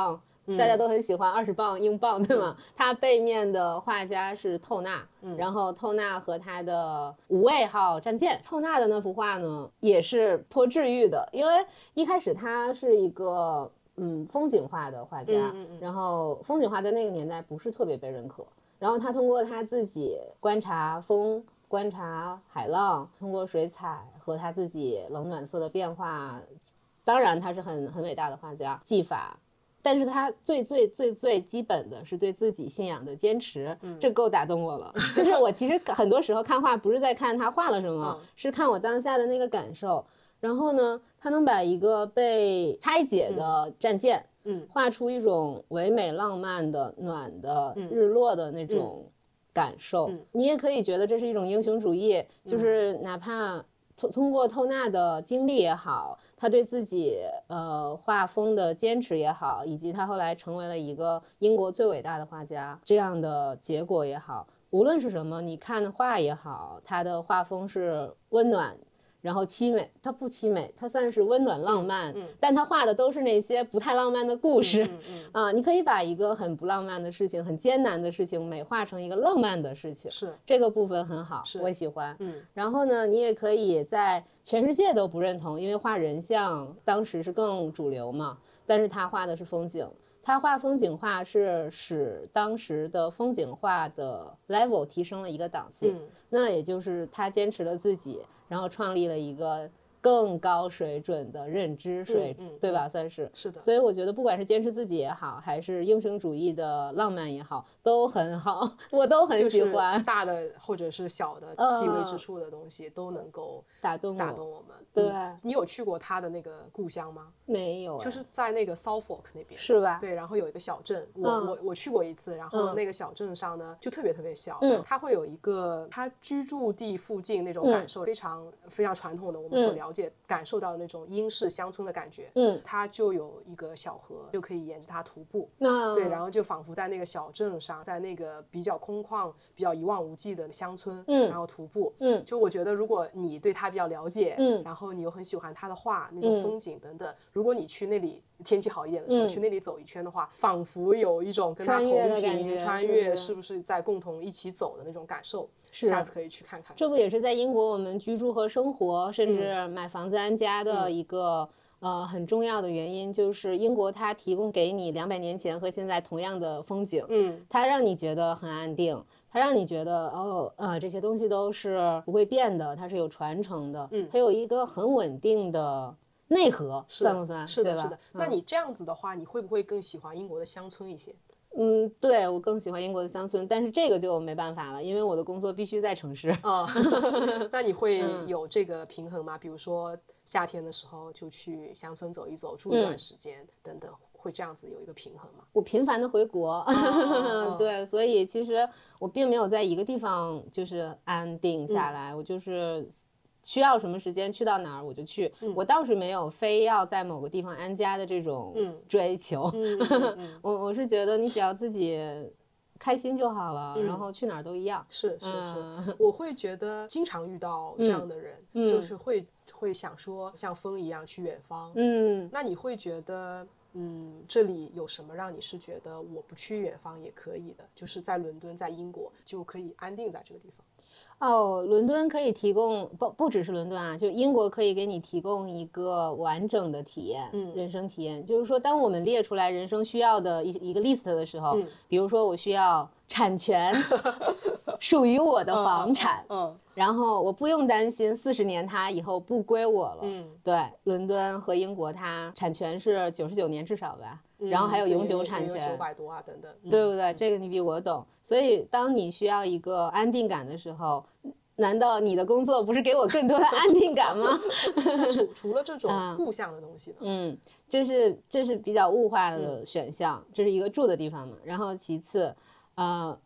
大家都很喜欢20磅英镑，对吗？它背面的画家是透纳，然后透纳和他的无畏号战舰。透纳的那幅画呢，也是颇治愈的，因为一开始他是一个风景画的画家，然后风景画在那个年代不是特别被认可，然后他通过他自己观察风、观察海浪，通过水彩和他自己冷暖色的变化，当然他是很伟大的画家，技法。但是他最基本的是对自己信仰的坚持，这够打动我了。就是我其实很多时候看画不是在看他画了什么，是看我当下的那个感受。然后呢，他能把一个被拆解的战舰，画出一种唯美浪漫的暖的日落的那种感受。你也可以觉得这是一种英雄主义，就是哪怕通过透纳的经历也好，他对自己画风的坚持也好，以及他后来成为了一个英国最伟大的画家这样的结果也好，无论是什么，你看画也好，他的画风是温暖然后凄美，它不凄美，它算是温暖浪漫，但它画的都是那些不太浪漫的故事，你可以把一个很不浪漫的事情、很艰难的事情美化成一个浪漫的事情， 是这个部分很好，我喜欢。然后呢，你也可以在全世界都不认同，因为画人像当时是更主流嘛，但是他画的是风景。他画风景画是使当时的风景画的 level 提升了一个档次，那也就是他坚持了自己，然后创立了一个更高水准的认知对吧？算是是的。 所以我觉得不管是坚持自己也好，还是英雄主义的浪漫也好，都很好，我都很喜欢。 就是大的或者是小的细微之处的东西都能够打动我们。 对， 你有去过他的那个故乡吗？ 没有， 就是在那个 Suffolk 那边， 是吧？ 对，然后有一个小镇，我去过一次，然后那个小镇上呢就特别小，它会有一个他居住地附近那种感受非常非常传统的，我们所了解感受到的那种英式乡村的感觉，它就有一个小河，就可以沿着它徒步，对，然后就仿佛在那个小镇上，在那个比较空旷、比较一望无际的乡村，然后徒步，就我觉得如果你对它比较了解，然后你又很喜欢他的画那种风景等等，如果你去那里天气好一点的时候，去那里走一圈的话，仿佛有一种跟他同频穿越，是不是在共同一起走的那种感受，下次可以去看看。 这不也是在英国我们居住和生活，甚至买房子安家的一个很重要的原因，就是英国它提供给你200年前和现在同样的风景，它让你觉得很安定，它让你觉得这些东西都是不会变的，它是有传承的，它有一个很稳定的内核，算不算？ 是的，是的。那你这样子的话，你会不会更喜欢英国的乡村一些？ 对，我更喜欢英国的乡村，但是这个就没办法了，因为我的工作必须在城市。 那你会有这个平衡吗？比如说夏天的时候就去乡村走一走，住一段时间等等，会这样子有一个平衡吗？ 我频繁的回国，对，所以其实我并没有在一个地方就是安定下来，我就是需要什么时间去到哪儿我就去，我倒是没有非要在某个地方安家的这种追求。我是觉得你只要自己开心就好了，然后去哪儿都一样。 是，我会觉得经常遇到这样的人，就是会想说像风一样去远方。那你会觉得这里有什么让你是觉得我不去远方也可以的，就是在伦敦在英国就可以安定在这个地方？ 伦敦可以提供不只是伦敦啊，就英国可以给你提供一个完整的体验，人生体验。就是说，当我们列出来人生需要的一个 list 的时候，比如说我需要产权，属于我的房产，然后我不用担心40年它以后不归我了。对，伦敦和英国它产权是99年至少吧。然后还有永久产权 ，900多啊等等， 对不对？这个你比我懂。所以当你需要一个安定感的时候，难道你的工作不是给我更多的安定感吗？ 除了这种故乡的东西呢？ 这是比较物化的选项，这是一个住的地方嘛。然后其次，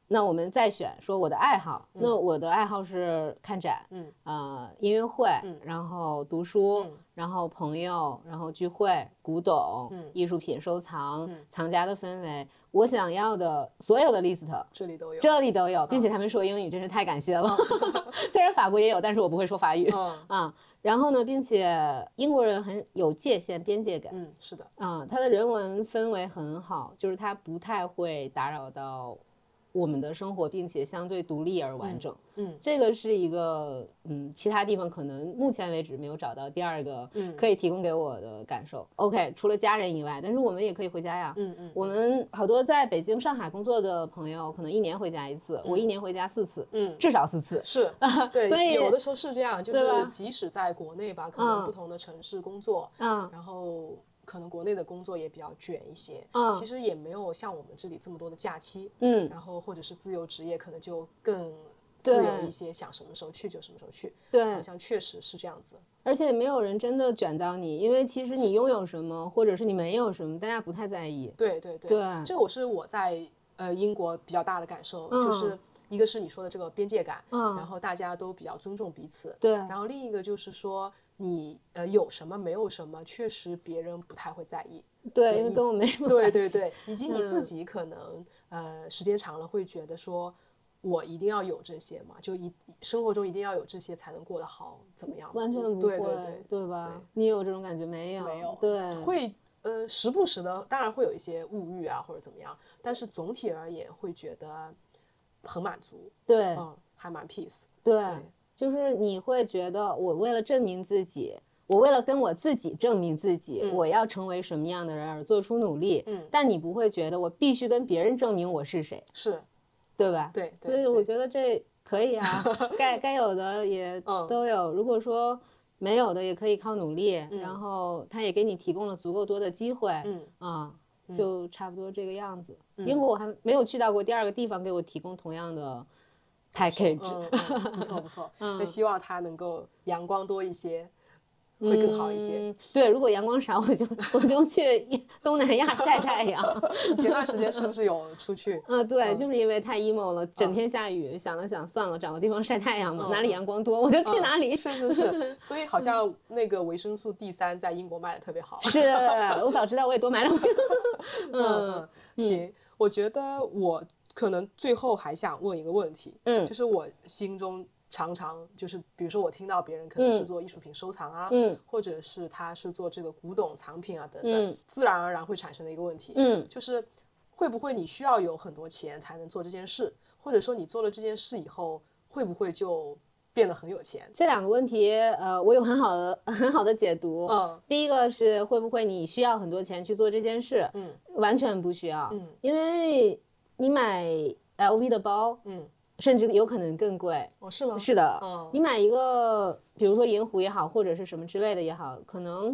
那我们再选说我的爱好，那我的爱好是看展，音乐会，然后读书，然后朋友，然后聚会，古董，艺术品收藏，藏家的氛围，我想要的所有的 list 这里都有， 并且他们说英语，真是太感谢了。虽然法国也有，但是我不会说法语然后呢，并且英国人很有界限、边界感。 是的。 他的人文氛围很好，就是他不太会打扰到我们的生活，并且相对独立而完整。这个是一个其他地方可能目前为止没有找到第二个可以提供给我的感受。OK， 除了家人以外，但是我们也可以回家呀。我们好多在北京、上海工作的朋友，可能1年回家1次，我1年回家4次，至少4次。 是，对， 所以有的时候是这样，就是即使在国内吧，可能不同的城市工作，然后可能国内的工作也比较卷一些，其实也没有像我们这里这么多的假期，然后或者是自由职业，可能就更自由一些，想什么时候去就什么时候去。 对， 好像确实是这样子。 而且没有人真的卷到你，因为其实你拥有什么，或者是你没有什么，大家不太在意。 对，这个是我在英国比较大的感受，就是一个是你说的这个边界感，然后大家都比较尊重彼此。 对， 然后另一个就是说你有什么没有什么，确实别人不太会在意。 对，因为跟我没什么关系。 对，以及你自己可能时间长了会觉得说，我一定要有这些嘛，就生活中一定要有这些才能过得好，怎么样？ 完全不会，对吧？对，你有这种感觉没有？ 没有。 对， 会时不时的，当然会有一些物欲啊或者怎么样，但是总体而言会觉得很满足。 对， 还蛮 peace。 对，就是你会觉得我为了证明自己，我为了跟我自己证明自己，我要成为什么样的人而做出努力。但你不会觉得我必须跟别人证明我是谁， 是， 对吧？ 对， 所以我觉得这可以啊，该有的也都有。如果说没有的，也可以靠努力。然后他也给你提供了足够多的机会。就差不多这个样子。英国我还没有去到过第二个地方给我提供同样的 package。 不错。那希望它能够阳光多一些，会更好一些。 对，如果阳光少，我就去东南亚晒太阳。 你前段时间是不是有出去？ 对，就是因为太 emo 了，整天下雨，想了想，算了，找个地方晒太阳嘛，哪里阳光多我就去哪里。 是，所以好像那个维生素 D3在英国卖的特别好。 是，我早知道我也多买2 瓶。行，我觉得我可能最后还想问一个问题，就是我心中常常就是比如说我听到别人可能是做艺术品收藏啊，或者是他是做这个古董藏品啊等等，自然而然会产生的一个问题，就是会不会你需要有很多钱才能做这件事，或者说你做了这件事以后会不会就变得很有钱？ 这2个问题我有很好的解读。第一个是会不会你需要很多钱去做这件事，完全不需要，因为你买 LV 的包，甚至有可能更贵。 是吗？ 是的。你买一个比如说银狐也好，或者是什么之类的也好，可能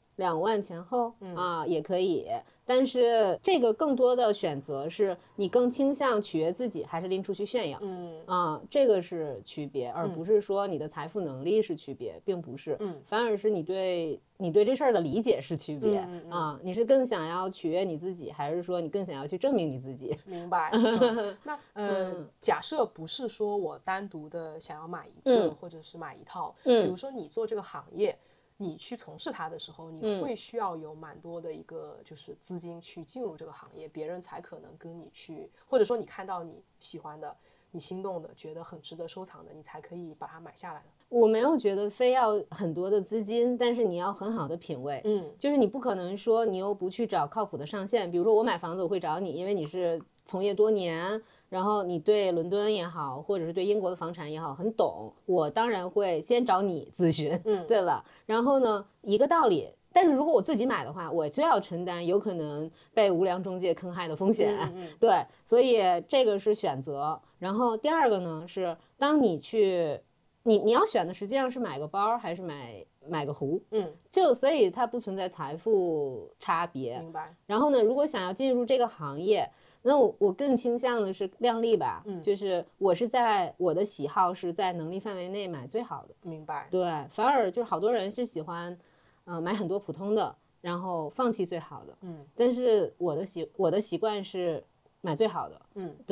2万前后也可以。但是这个更多的选择是你更倾向取悦自己，还是拎出去炫耀？这个是区别，而不是说你的财富能力是区别，并不是。反而是你对这事儿的理解是区别。你是更想要取悦你自己，还是说你更想要去证明你自己？ 明白。那假设不是说我单独的想要买一个，或者是买一套，比如说你做这个行业，你去从事它的时候，你会需要有蛮多的一个就是资金去进入这个行业，别人才可能跟你去，或者说你看到你喜欢的、你心动的、觉得很值得收藏的，你才可以把它买下来的。 我没有觉得非要很多的资金，但是你要很好的品味。就是你不可能说你又不去找靠谱的上线，比如说我买房子我会找你，因为你是从业多年，然后你对伦敦也好，或者是对英国的房产也好很懂，我当然会先找你咨询，对吧？然后呢，一个道理。但是如果我自己买的话，我就要承担有可能被无良中介坑害的风险。对，所以这个是选择。然后第二个呢是，当你去你要选的实际上是买个包还是买个壶，所以它不存在财富差别。 明白。 然后呢，如果想要进入这个行业，那我更倾向的是量力吧，就是我是在我的喜好是在能力范围内买最好的。 明白。 对，反而就是好多人是喜欢买很多普通的，然后放弃最好的。但是我的习惯是买最好的。对。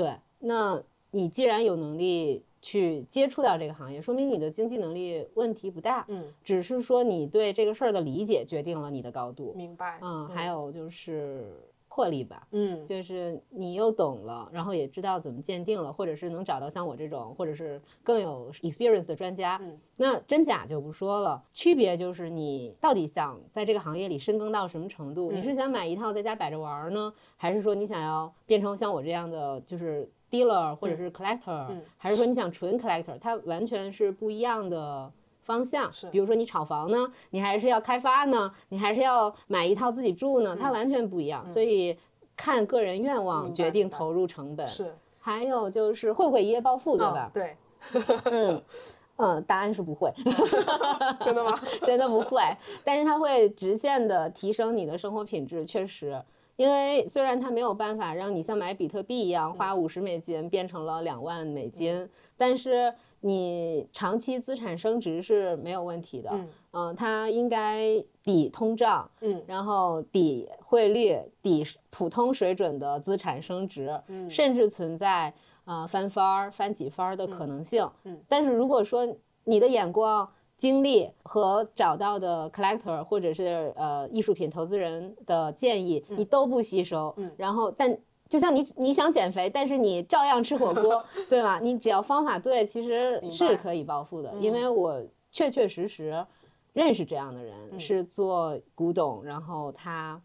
那你既然有能力去接触到这个行业，说明你的经济能力问题不大，只是说你对这个事儿的理解决定了你的高度。 明白。 还有就是魄力吧，就是你又懂了，然后也知道怎么鉴定了，或者是能找到像我这种，或者是更有 experience 的专家，那真假就不说了，区别就是你到底想在这个行业里深耕到什么程度，你是想买一套在家摆着玩呢，还是说你想要变成像我这样的就是dealer 或者是 collector，还是说你想纯 collector， 它完全是不一样的方向。比如说你炒房呢，你还是要开发呢，你还是要买一套自己住呢，它完全不一样。所以看个人愿望决定投入成本。 是， 还有就是会不会一夜暴富，对吧？ 对。 答案是不会。 真的吗？ 真的不会，但是它会直线的提升你的生活品质，确实。因为虽然它没有办法让你像买比特币一样花$50变成了$2万，但是你长期资产升值是没有问题的。它应该抵通胀，然后抵汇率，抵普通水准的资产升值，甚至存在翻番翻几番的可能性。但是如果说你的眼光、经历和找到的 collector 或者是艺术品投资人的建议，你都不吸收，然后但就像你想减肥，但是你照样吃火锅，对吧？你只要方法对，其实是可以暴富的。因为我确确实实认识这样的人，是做古董，然后他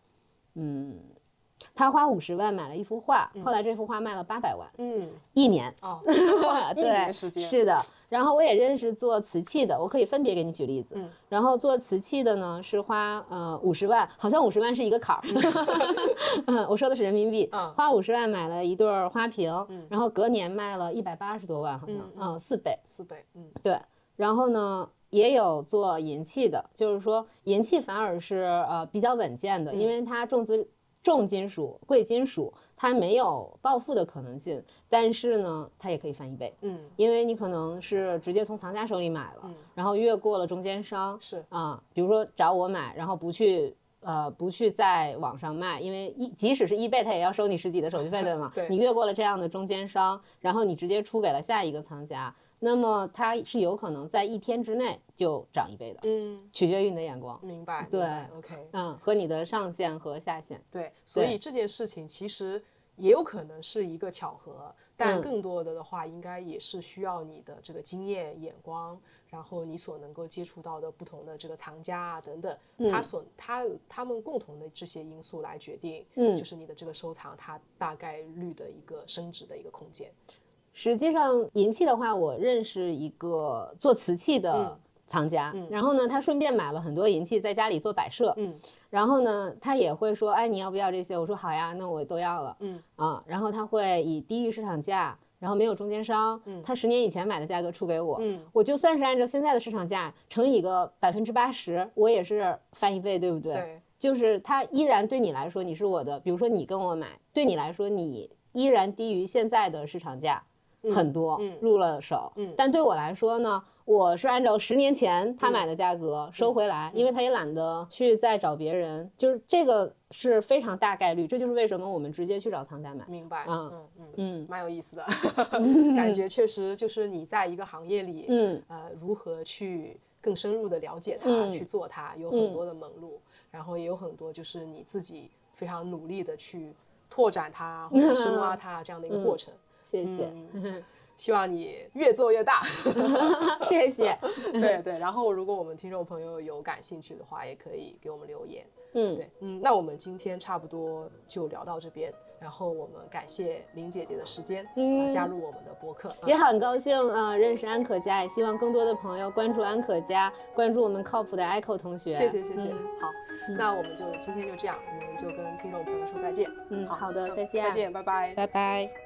花50万买了一幅画，后来这幅画卖了800万，一年。 一年时间。 是的。然后我也认识做瓷器的，我可以分别给你举例子。然后做瓷器的呢是花50万，好像50万是一个坎儿。我说的是人民币，花50万买了一对花瓶，然后隔年卖了180多万，好像4倍。对。然后呢也有做银器的，就是说银器反而是比较稳健的，因为它重金属、贵金属，它没有暴富的可能性，但是呢，它也可以翻1倍。因为你可能是直接从藏家手里买了，然后越过了中间商，比如说找我买，然后不去在网上卖，因为即使是eBay，它也要收你10几的手续费，对吗？你越过了这样的中间商，然后你直接出给了下一个藏家。那么它是有可能在1天之内就涨1倍的，取决于你的眼光。 明白。 对。 OK。 和你的上限和下限。 对，所以这件事情其实也有可能是一个巧合，但更多的话应该也是需要你的这个经验、眼光，然后你所能够接触到的不同的这个藏家啊等等，他们共同的这些因素来决定，就是你的这个收藏它大概率的一个升值的一个空间。 实际上银器的话，我认识一个做瓷器的藏家，然后呢他顺便买了很多银器在家里做摆设，然后呢他也会说，哎，你要不要这些？我说好呀，那我都要了。然后他会以低于市场价，然后没有中间商，他10年以前买的价格出给我，我就算是按照现在的市场价乘以个80%，我也是翻1倍，对不对？ 对。 就是他依然对你来说你是我的，比如说你跟我买，对你来说你依然低于现在的市场价很多，入了手，但对我来说呢，我是按照10年前他买的价格收回来，因为他也懒得去再找别人，就是这个是非常大概率，这就是为什么我们直接去找藏家买。 明白。蛮有意思的。感觉确实就是你在一个行业里，如何去更深入的了解它，去做它，有很多的门路，然后也有很多就是你自己非常努力的去拓展它或者深挖它这样的一个过程。 谢谢。 希望你越做越大。 谢谢。 对，然后如果我们听众朋友有感兴趣的话，也可以给我们留言。那我们今天差不多就聊到这边，然后我们感谢林姐姐的时间，加入我们的播客， 也很高兴认识安可家，也希望更多的朋友关注安可家，关注我们靠谱的 Echo 同学。 谢谢。好，那我们就今天就这样，我们就跟听众朋友说再见。 好的，再见， 拜拜， 拜拜。